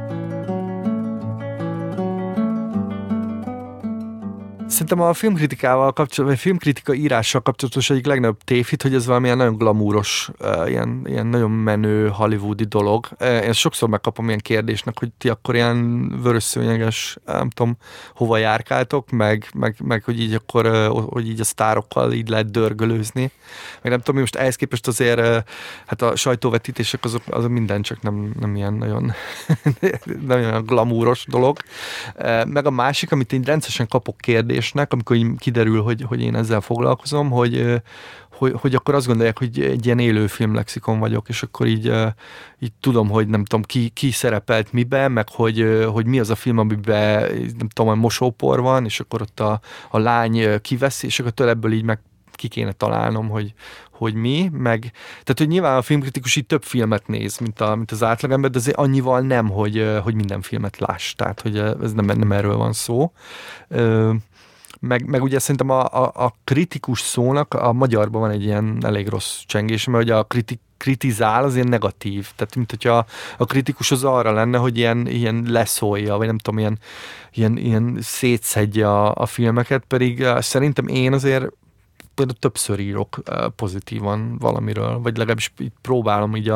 Szerintem a filmkritikával kapcsolatban, vagy filmkritika írással kapcsolatos egyik legnagyobb tévhit, hogy ez valamilyen nagyon glamúros, ilyen nagyon menő hollywoodi dolog. Én sokszor megkapom ilyen kérdésnek, hogy ti akkor ilyen vörösszőnyeges, nem tudom, hova járkáltok, meg hogy így akkor, hogy így a sztárokkal így lehet dörgölőzni. Meg nem tudom, mi most ehhez képest azért, hát a sajtóvetítések azok minden, csak nem ilyen nagyon nem olyan glamúros dolog. Meg a másik, amit én rendszeresen kapok kérdés, amikor kiderül, hogy én ezzel foglalkozom, hogy akkor azt gondolják, hogy egy ilyen élő filmlexikon vagyok, és akkor így tudom, hogy nem tudom, ki szerepelt miben, meg hogy mi az a film, amiben nem tudom, mosópor van, és akkor ott a lány kiveszi, és akkor ebből így meg ki kéne találnom, hogy mi, tehát, hogy nyilván a filmkritikus így több filmet néz, mint az átlagember, de azért annyival nem, hogy minden filmet láss, tehát, hogy ez nem erről van szó. Meg ugye szerintem a kritikus szónak a magyarban van egy ilyen elég rossz csengés, mert ugye a kritizál az ilyen negatív. Tehát, mint hogyha a kritikus az arra lenne, hogy ilyen leszólja, vagy nem tudom, ilyen szétszedje a filmeket, pedig szerintem én azért például többször írok pozitívan valamiről, vagy legalábbis így próbálom így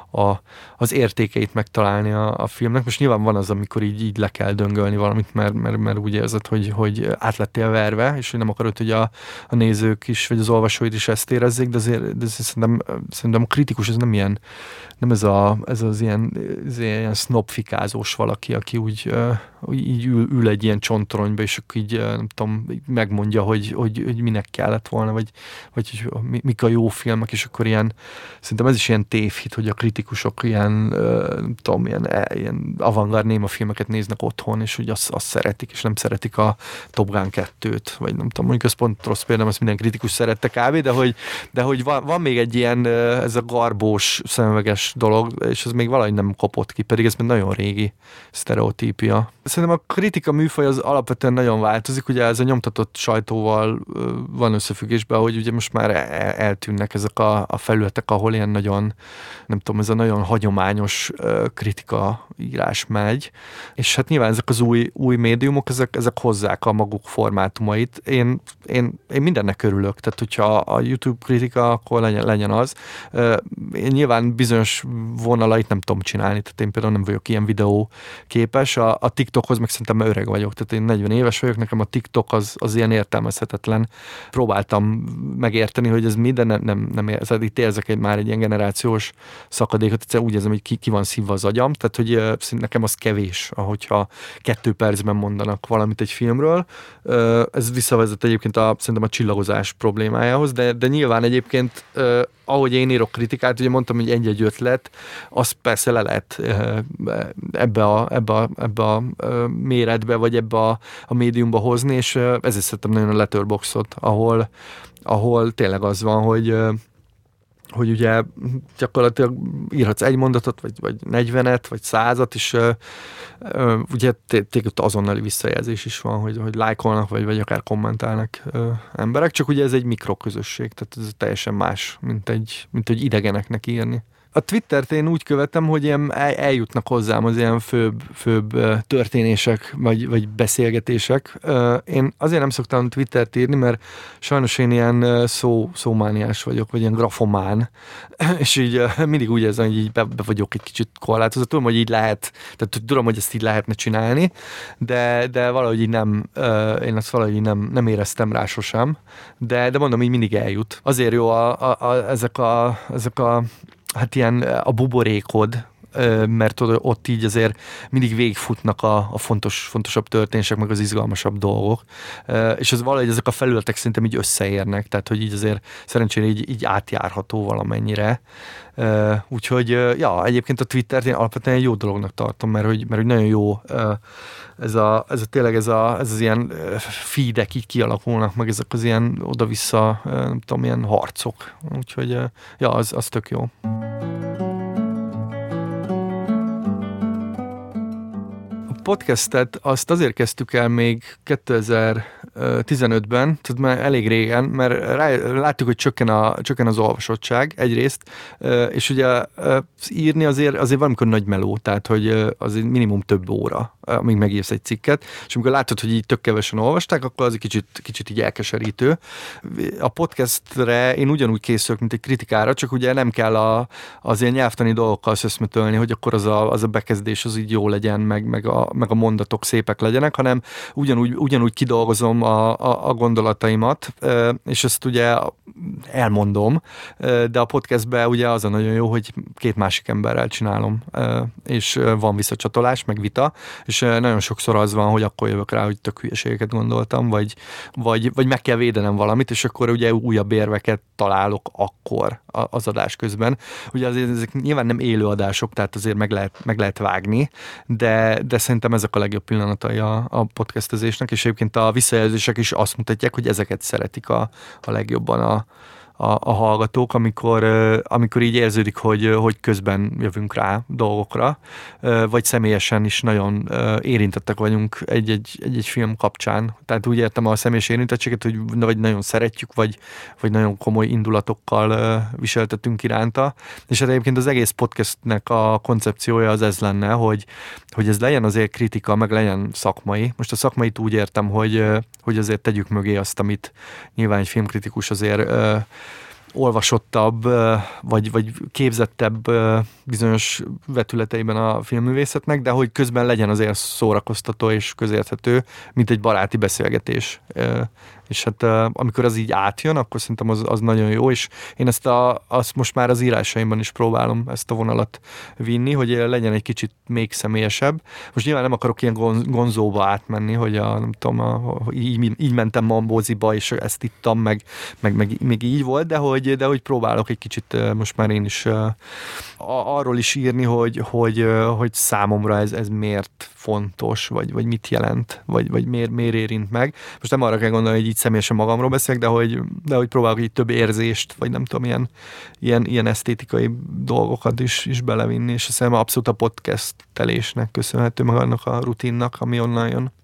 az értékeit megtalálni a filmnek. Most nyilván van az, amikor így le kell döngölni valamit, mert úgy érzed, hogy át lettél verve, és hogy nem akarod, hogy a nézők is, vagy az olvasóid is ezt érezzék, de szerintem a kritikus ez nem ilyen, nem ez az ilyen sznobfikázós valaki, aki úgy így ül egy ilyen csontoronyba, és akkor így, nem tudom, megmondja, hogy minek kellett volna, vagy hogy mik a jó filmek, és akkor ilyen, szerintem ez is ilyen tévhit, hogy a kritikusok ilyen, nem tudom, ilyen avantgárd néma filmeket néznek otthon, és hogy azt szeretik, és nem szeretik a Top Gun 2-t, vagy nem tudom, mondjuk ez pont rossz például, azt minden kritikus szerette kb, de hogy van még egy ilyen, ez a garbós, szemüveges dolog, és ez még valahogy nem kopott ki, pedig ez még nagyon régi sztereotípia. Szerintem a kritika műfaj az alapvetően nagyon változik, ugye ez a nyomtatott sajtóval van összefüggésben, hogy ugye most már eltűnnek ezek a felületek, ahol ilyen nagyon, nem tudom, ez a nagyon hagyományos kritika írás megy, és hát nyilván ezek az új médiumok, ezek hozzák a maguk formátumait. Én mindennek örülök, tehát hogyha a YouTube kritika, akkor legyen az. Én nyilván bizonyos vonalait nem tudom csinálni, tehát én például nem vagyok ilyen videó képes. A TikTokhoz meg szerintem öreg vagyok, tehát én 40 éves vagyok, nekem a TikTok az ilyen értelmezhetetlen. Próbáltam megérteni, hogy ez mi, de nem érzed. Itt érzek már egy ilyen generációs szakadékot, egyszerűen úgy érzem, hogy ki van szívva az agyam, tehát hogy nekem az kevés, ahogyha 2 percben mondanak valamit egy filmről. Ez visszavezet egyébként szerintem a csillagozás problémájához, de nyilván egyébként ahogy én írok kritikát, ugye mondtam, hogy egy ötlet, azt persze le lehet ebbe a méretbe, vagy ebbe a médiumba hozni, és ezért szeretem nagyon a Letterboxdot, ahol tényleg az van, hogy ugye gyakorlatilag írhatsz egy mondatot, vagy 40-et, vagy 100-at, és ugye tényleg azonnali visszajelzés is van, hogy lájkolnak, vagy akár kommentálnak emberek, csak ugye ez egy mikroközösség, tehát ez teljesen más, mint egy idegeneknek írni. A Twittert én úgy követem, hogy eljutnak hozzám az ilyen főbb történések, vagy beszélgetések. Én azért nem szoktam Twittert írni, mert sajnos én ilyen szómániás vagyok, vagy ilyen grafomán, és így mindig úgy érzem, hogy így be vagyok egy kicsit korlátozva. Tudom, hogy így lehet, tehát tudom, hogy ezt így lehetne csinálni, de valahogy így én azt valahogy nem éreztem rá sosem, de mondom, így mindig eljut. Azért jó ezek a hát ilyen a buborékod, mert ott így azért mindig végigfutnak a fontosabb történések, meg az izgalmasabb dolgok, és ez valahogy ezek a felületek szerintem így összeérnek, tehát hogy így azért szerencsére így átjárható valamennyire. Úgyhogy, ja, egyébként a Twittert én alapvetően egy jó dolognak tartom, mert hogy nagyon jó ez az ilyen feedek így kialakulnak, meg ezek az ilyen oda-vissza, nem tudom, ilyen harcok. Úgyhogy, ja, az tök jó. Podcastet azt azért kezdtük el még 2015-ben, tehát már elég régen, mert láttuk, hogy csökken az olvasottság egyrészt, és ugye írni azért valamikor nagy meló, tehát hogy azért minimum több óra, amíg megírsz egy cikket, és amikor látod, hogy így tök kevesen olvasták, akkor az egy kicsit így elkeserítő. A podcastre én ugyanúgy készülök, mint egy kritikára, csak ugye nem kell az ilyen nyelvtani dolgokkal szöszmötölni, hogy akkor az a bekezdés az így jó legyen, meg a mondatok szépek legyenek, hanem ugyanúgy kidolgozom a gondolataimat, és ezt ugye elmondom, de a podcastben ugye az a nagyon jó, hogy két másik emberrel csinálom, és van visszacsatolás, meg vita, és nagyon sokszor az van, hogy akkor jövök rá, hogy tök hülyeségeket gondoltam, vagy meg kell védenem valamit, és akkor ugye újabb érveket találok akkor az adás közben. Ugye azért ezek nyilván nem élő adások, tehát azért meg lehet vágni, de szerintem ezek a legjobb pillanatai a podcastezésnek, és egyébként a visszajelzések is azt mutatják, hogy ezeket szeretik a legjobban a hallgatók, amikor így érződik, hogy közben jövünk rá dolgokra, vagy személyesen is nagyon érintettek vagyunk egy film kapcsán. Tehát úgy értem a személyes érintettséget, hogy vagy nagyon szeretjük, vagy nagyon komoly indulatokkal viseltetünk iránta. És hát egyébként az egész podcastnek a koncepciója az ez lenne, hogy ez legyen azért kritika, meg legyen szakmai. Most a szakmait úgy értem, hogy azért tegyük mögé azt, amit nyilván egy filmkritikus azért olvasottabb, vagy képzettebb bizonyos vetületeiben a filmművészetnek, de hogy közben legyen azért szórakoztató és közérthető, mint egy baráti beszélgetés. És hát amikor az így átjön, akkor szerintem az nagyon jó, és én azt most már az írásaimban is próbálom ezt a vonalat vinni, hogy legyen egy kicsit még személyesebb. Most nyilván nem akarok ilyen gonzóba átmenni, hogy nem tudom, így mentem mambóziba, és ezt ittam, meg még így volt, de hogy próbálok egy kicsit most már én is arról is írni, hogy számomra ez miért fontos, vagy mit jelent, vagy miért érint meg. Most nem arra kell gondolni, hogy így személyesen magamról beszélek, de hogy próbálok így több érzést, vagy nem tudom, ilyen esztétikai dolgokat is belevinni, és szerintem abszolút a podcastelésnek köszönhető, meg annak a rutinnak, ami onnan jön.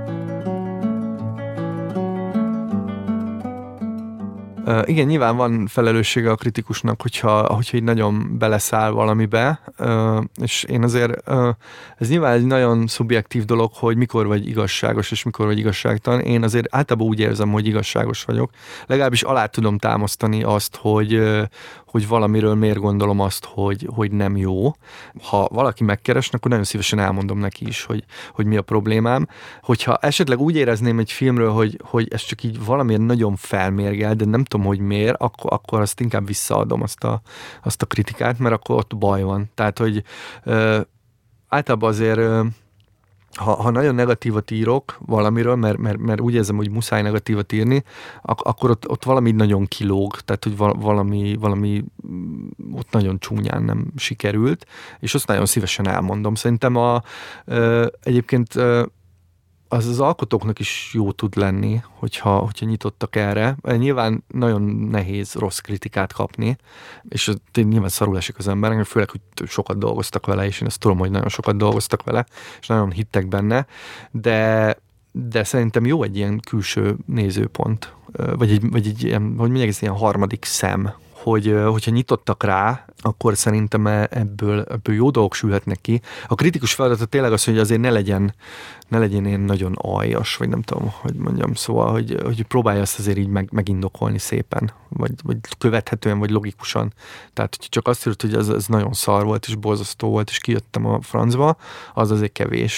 Igen, nyilván van felelőssége a kritikusnak, hogyha így nagyon beleszáll valamibe, és én azért, ez nyilván egy nagyon szubjektív dolog, hogy mikor vagy igazságos, és mikor vagy igazságtalan. Én azért általában úgy érzem, hogy igazságos vagyok. Legalábbis alá tudom támasztani azt, hogy valamiről miért gondolom azt, hogy nem jó. Ha valaki megkeres, akkor nagyon szívesen elmondom neki is, hogy mi a problémám. Hogyha esetleg úgy érezném egy filmről, hogy ez csak így valamiért nagyon felmérgel, de nem tudom, hogy miért, akkor azt inkább visszaadom azt a kritikát, mert akkor ott baj van. Tehát, hogy általában azért ha nagyon negatívat írok valamiről, mert úgy érzem, hogy muszáj negatívat írni, akkor ott valami nagyon kilóg, tehát hogy valami ott nagyon csúnyán nem sikerült, és azt nagyon szívesen elmondom. Szerintem egyébként az alkotóknak is jó tud lenni, hogyha nyitottak erre. Nyilván nagyon nehéz rossz kritikát kapni, és nyilván szarul esik az embernek, főleg, hogy sokat dolgoztak vele, és én ezt tudom, hogy nagyon sokat dolgoztak vele, és nagyon hittek benne, de szerintem jó egy ilyen külső nézőpont, vagy egy ilyen, hogy mondják, ez ilyen harmadik szem, hogyha nyitottak rá, akkor szerintem ebből jó dolgok sülhetnek ki. A kritikus feladata tényleg az, hogy azért ne legyen ilyen nagyon aljas, vagy nem tudom, hogy mondjam, szóval, hogy próbálja azt azért így megindokolni szépen, vagy követhetően, vagy logikusan. Tehát, hogy csak azt írott, hogy ez nagyon szar volt, és borzasztó volt, és kijöttem a francba, az azért kevés.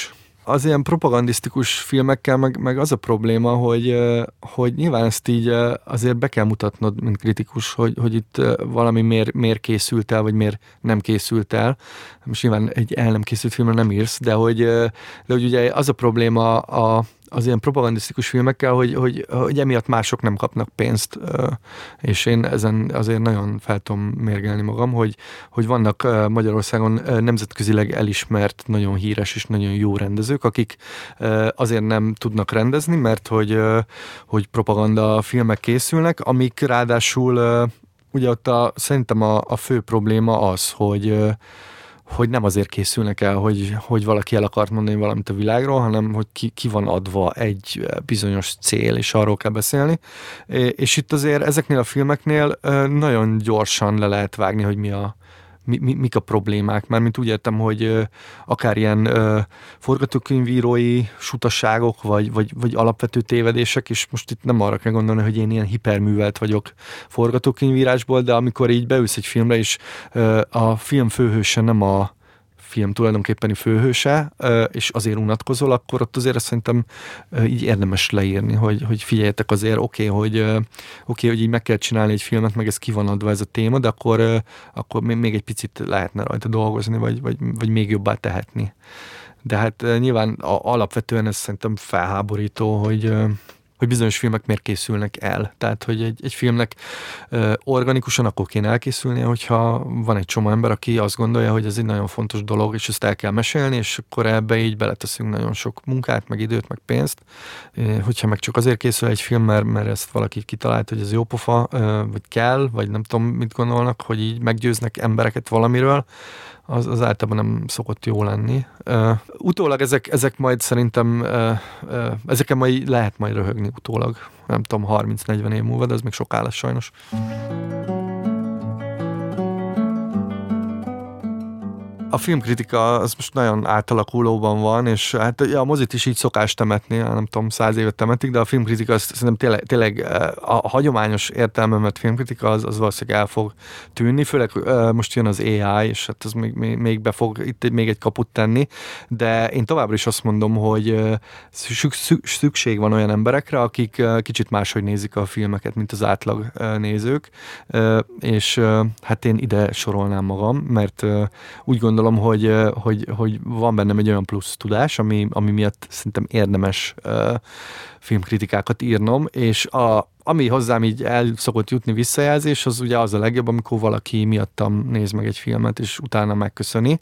Az ilyen propagandisztikus filmekkel meg az a probléma, hogy nyilván ezt így azért be kell mutatnod, mint kritikus, hogy itt valami miért készült el, vagy miért nem készült el. Most nyilván egy el nem készült filmre nem írsz, de hogy ugye az a probléma az ilyen propagandisztikus filmekkel, hogy emiatt mások nem kapnak pénzt, és én ezen azért nagyon fel tudom mérgelni magam, hogy vannak Magyarországon nemzetközileg elismert, nagyon híres és nagyon jó rendezők, akik azért nem tudnak rendezni, mert hogy propaganda filmek készülnek, amik ráadásul ugye ott szerintem a fő probléma az, hogy nem azért készülnek el, hogy valaki el akart mondani valamit a világról, hanem hogy ki van adva egy bizonyos cél, és arról kell beszélni. És itt azért ezeknél a filmeknél nagyon gyorsan le lehet vágni, hogy mik a problémák. Mármint úgy értem, hogy akár ilyen forgatókönyvírói sutaságok, vagy alapvető tévedések, és most itt nem arra kell gondolni, hogy én ilyen hiperművelt vagyok forgatókönyvírásból, de amikor így beülsz egy filmre, és a film főhőse nem a film tulajdonképpeni főhőse, és azért unatkozol, akkor ott azért szerintem így érdemes leírni, hogy figyeljetek azért, oké, hogy így meg kell csinálni egy filmet, meg ez ki van adva ez a téma, de akkor még egy picit lehetne rajta dolgozni, vagy még jobbá tehetni. De hát nyilván alapvetően ez szerintem felháborító, hogy bizonyos filmek miért készülnek el. Tehát, hogy egy filmnek organikusan akkor kéne elkészülnie, hogyha van egy csomó ember, aki azt gondolja, hogy ez egy nagyon fontos dolog, és ezt el kell mesélni, és akkor ebbe így beleteszünk nagyon sok munkát, meg időt, meg pénzt. Hogyha meg csak azért készül egy film, mert ezt valaki kitalált, hogy ez jó pofa, vagy kell, vagy nem tudom, mit gondolnak, hogy így meggyőznek embereket valamiről, az általában nem szokott jó lenni. Utólag ezek majd szerintem, ezeken majd lehet majd röhögni utólag. Nem tudom, 30-40 év múlva, de ez még soká lesz sajnos. A filmkritika az most nagyon átalakulóban van, és hát a mozit is így szokás temetni, nem tudom, 100 évet temetik, de a filmkritika az szerintem tényleg a hagyományos értelmemet filmkritika az valószínűleg el fog tűnni, főleg most jön az AI, és hát az még be fog itt még egy kaput tenni, de én továbbra is azt mondom, hogy szükség van olyan emberekre, akik kicsit máshogy nézik a filmeket, mint az átlag nézők, és hát én ide sorolnám magam, mert úgy gondolom, hogy van bennem egy olyan plusz tudás, ami miatt szerintem érdemes filmkritikákat írnom, és ami hozzám így el szokott jutni visszajelzés, az ugye az a legjobb, amikor valaki miattam néz meg egy filmet, és utána megköszöni.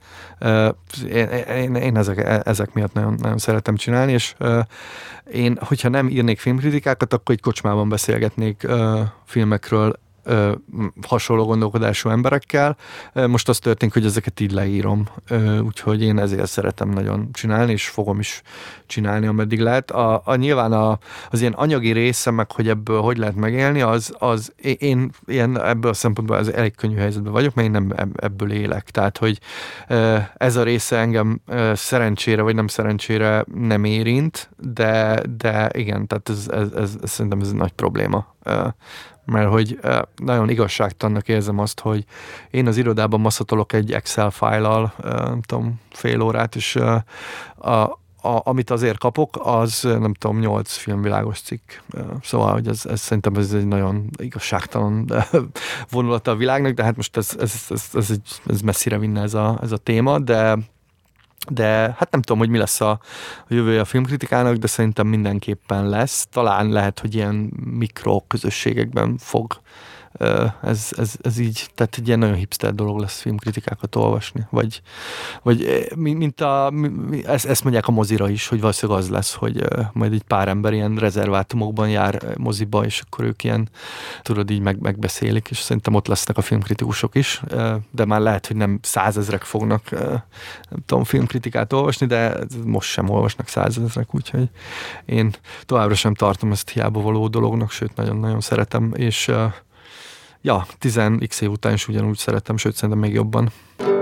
Én ezek miatt nagyon, nagyon szeretem csinálni, és én, hogyha nem írnék filmkritikákat, akkor egy kocsmában beszélgetnék filmekről, hasonló gondolkodású emberekkel. Most az történik, hogy ezeket így leírom. Úgyhogy én ezért szeretem nagyon csinálni, és fogom is csinálni, ameddig lehet. Nyilván az ilyen anyagi része, meg hogy ebből hogy lehet megélni, én ebből a szempontból az elég könnyű helyzetben vagyok, mert én nem ebből élek. Tehát, hogy ez a része engem szerencsére, vagy nem szerencsére nem érint, de igen, tehát ez szerintem ez egy nagy probléma. Mert hogy nagyon igazságtalannak érzem azt, hogy én az irodában maszatolok egy Excel fájllal, nem tudom, fél órát, és amit azért kapok, az nem tudom, 8 filmvilágos cikk. Szóval, hogy ez szerintem ez egy nagyon igazságtalan vonulata a világnak, de hát most ez messzire vinne ez a téma, de hát nem tudom, hogy mi lesz a jövője a filmkritikának, de szerintem mindenképpen lesz. Talán lehet, hogy ilyen mikroközösségekben fog ez így, tehát egy ilyen nagyon hipster dolog lesz filmkritikákat olvasni. Vagy ezt mondják a mozira is, hogy valószínűleg az lesz, hogy majd egy pár ember ilyen rezervátumokban jár moziba, és akkor ők ilyen, tudod, így megbeszélik, és szerintem ott lesznek a filmkritikusok is, de már lehet, hogy nem 100 000 fognak, nem tudom, filmkritikát olvasni, de most sem olvasnak 100 000, úgyhogy én továbbra sem tartom ezt hiába való dolognak, sőt, nagyon-nagyon szeretem, és 10x év után is ugyanúgy szeretem, sőt, szerintem még jobban.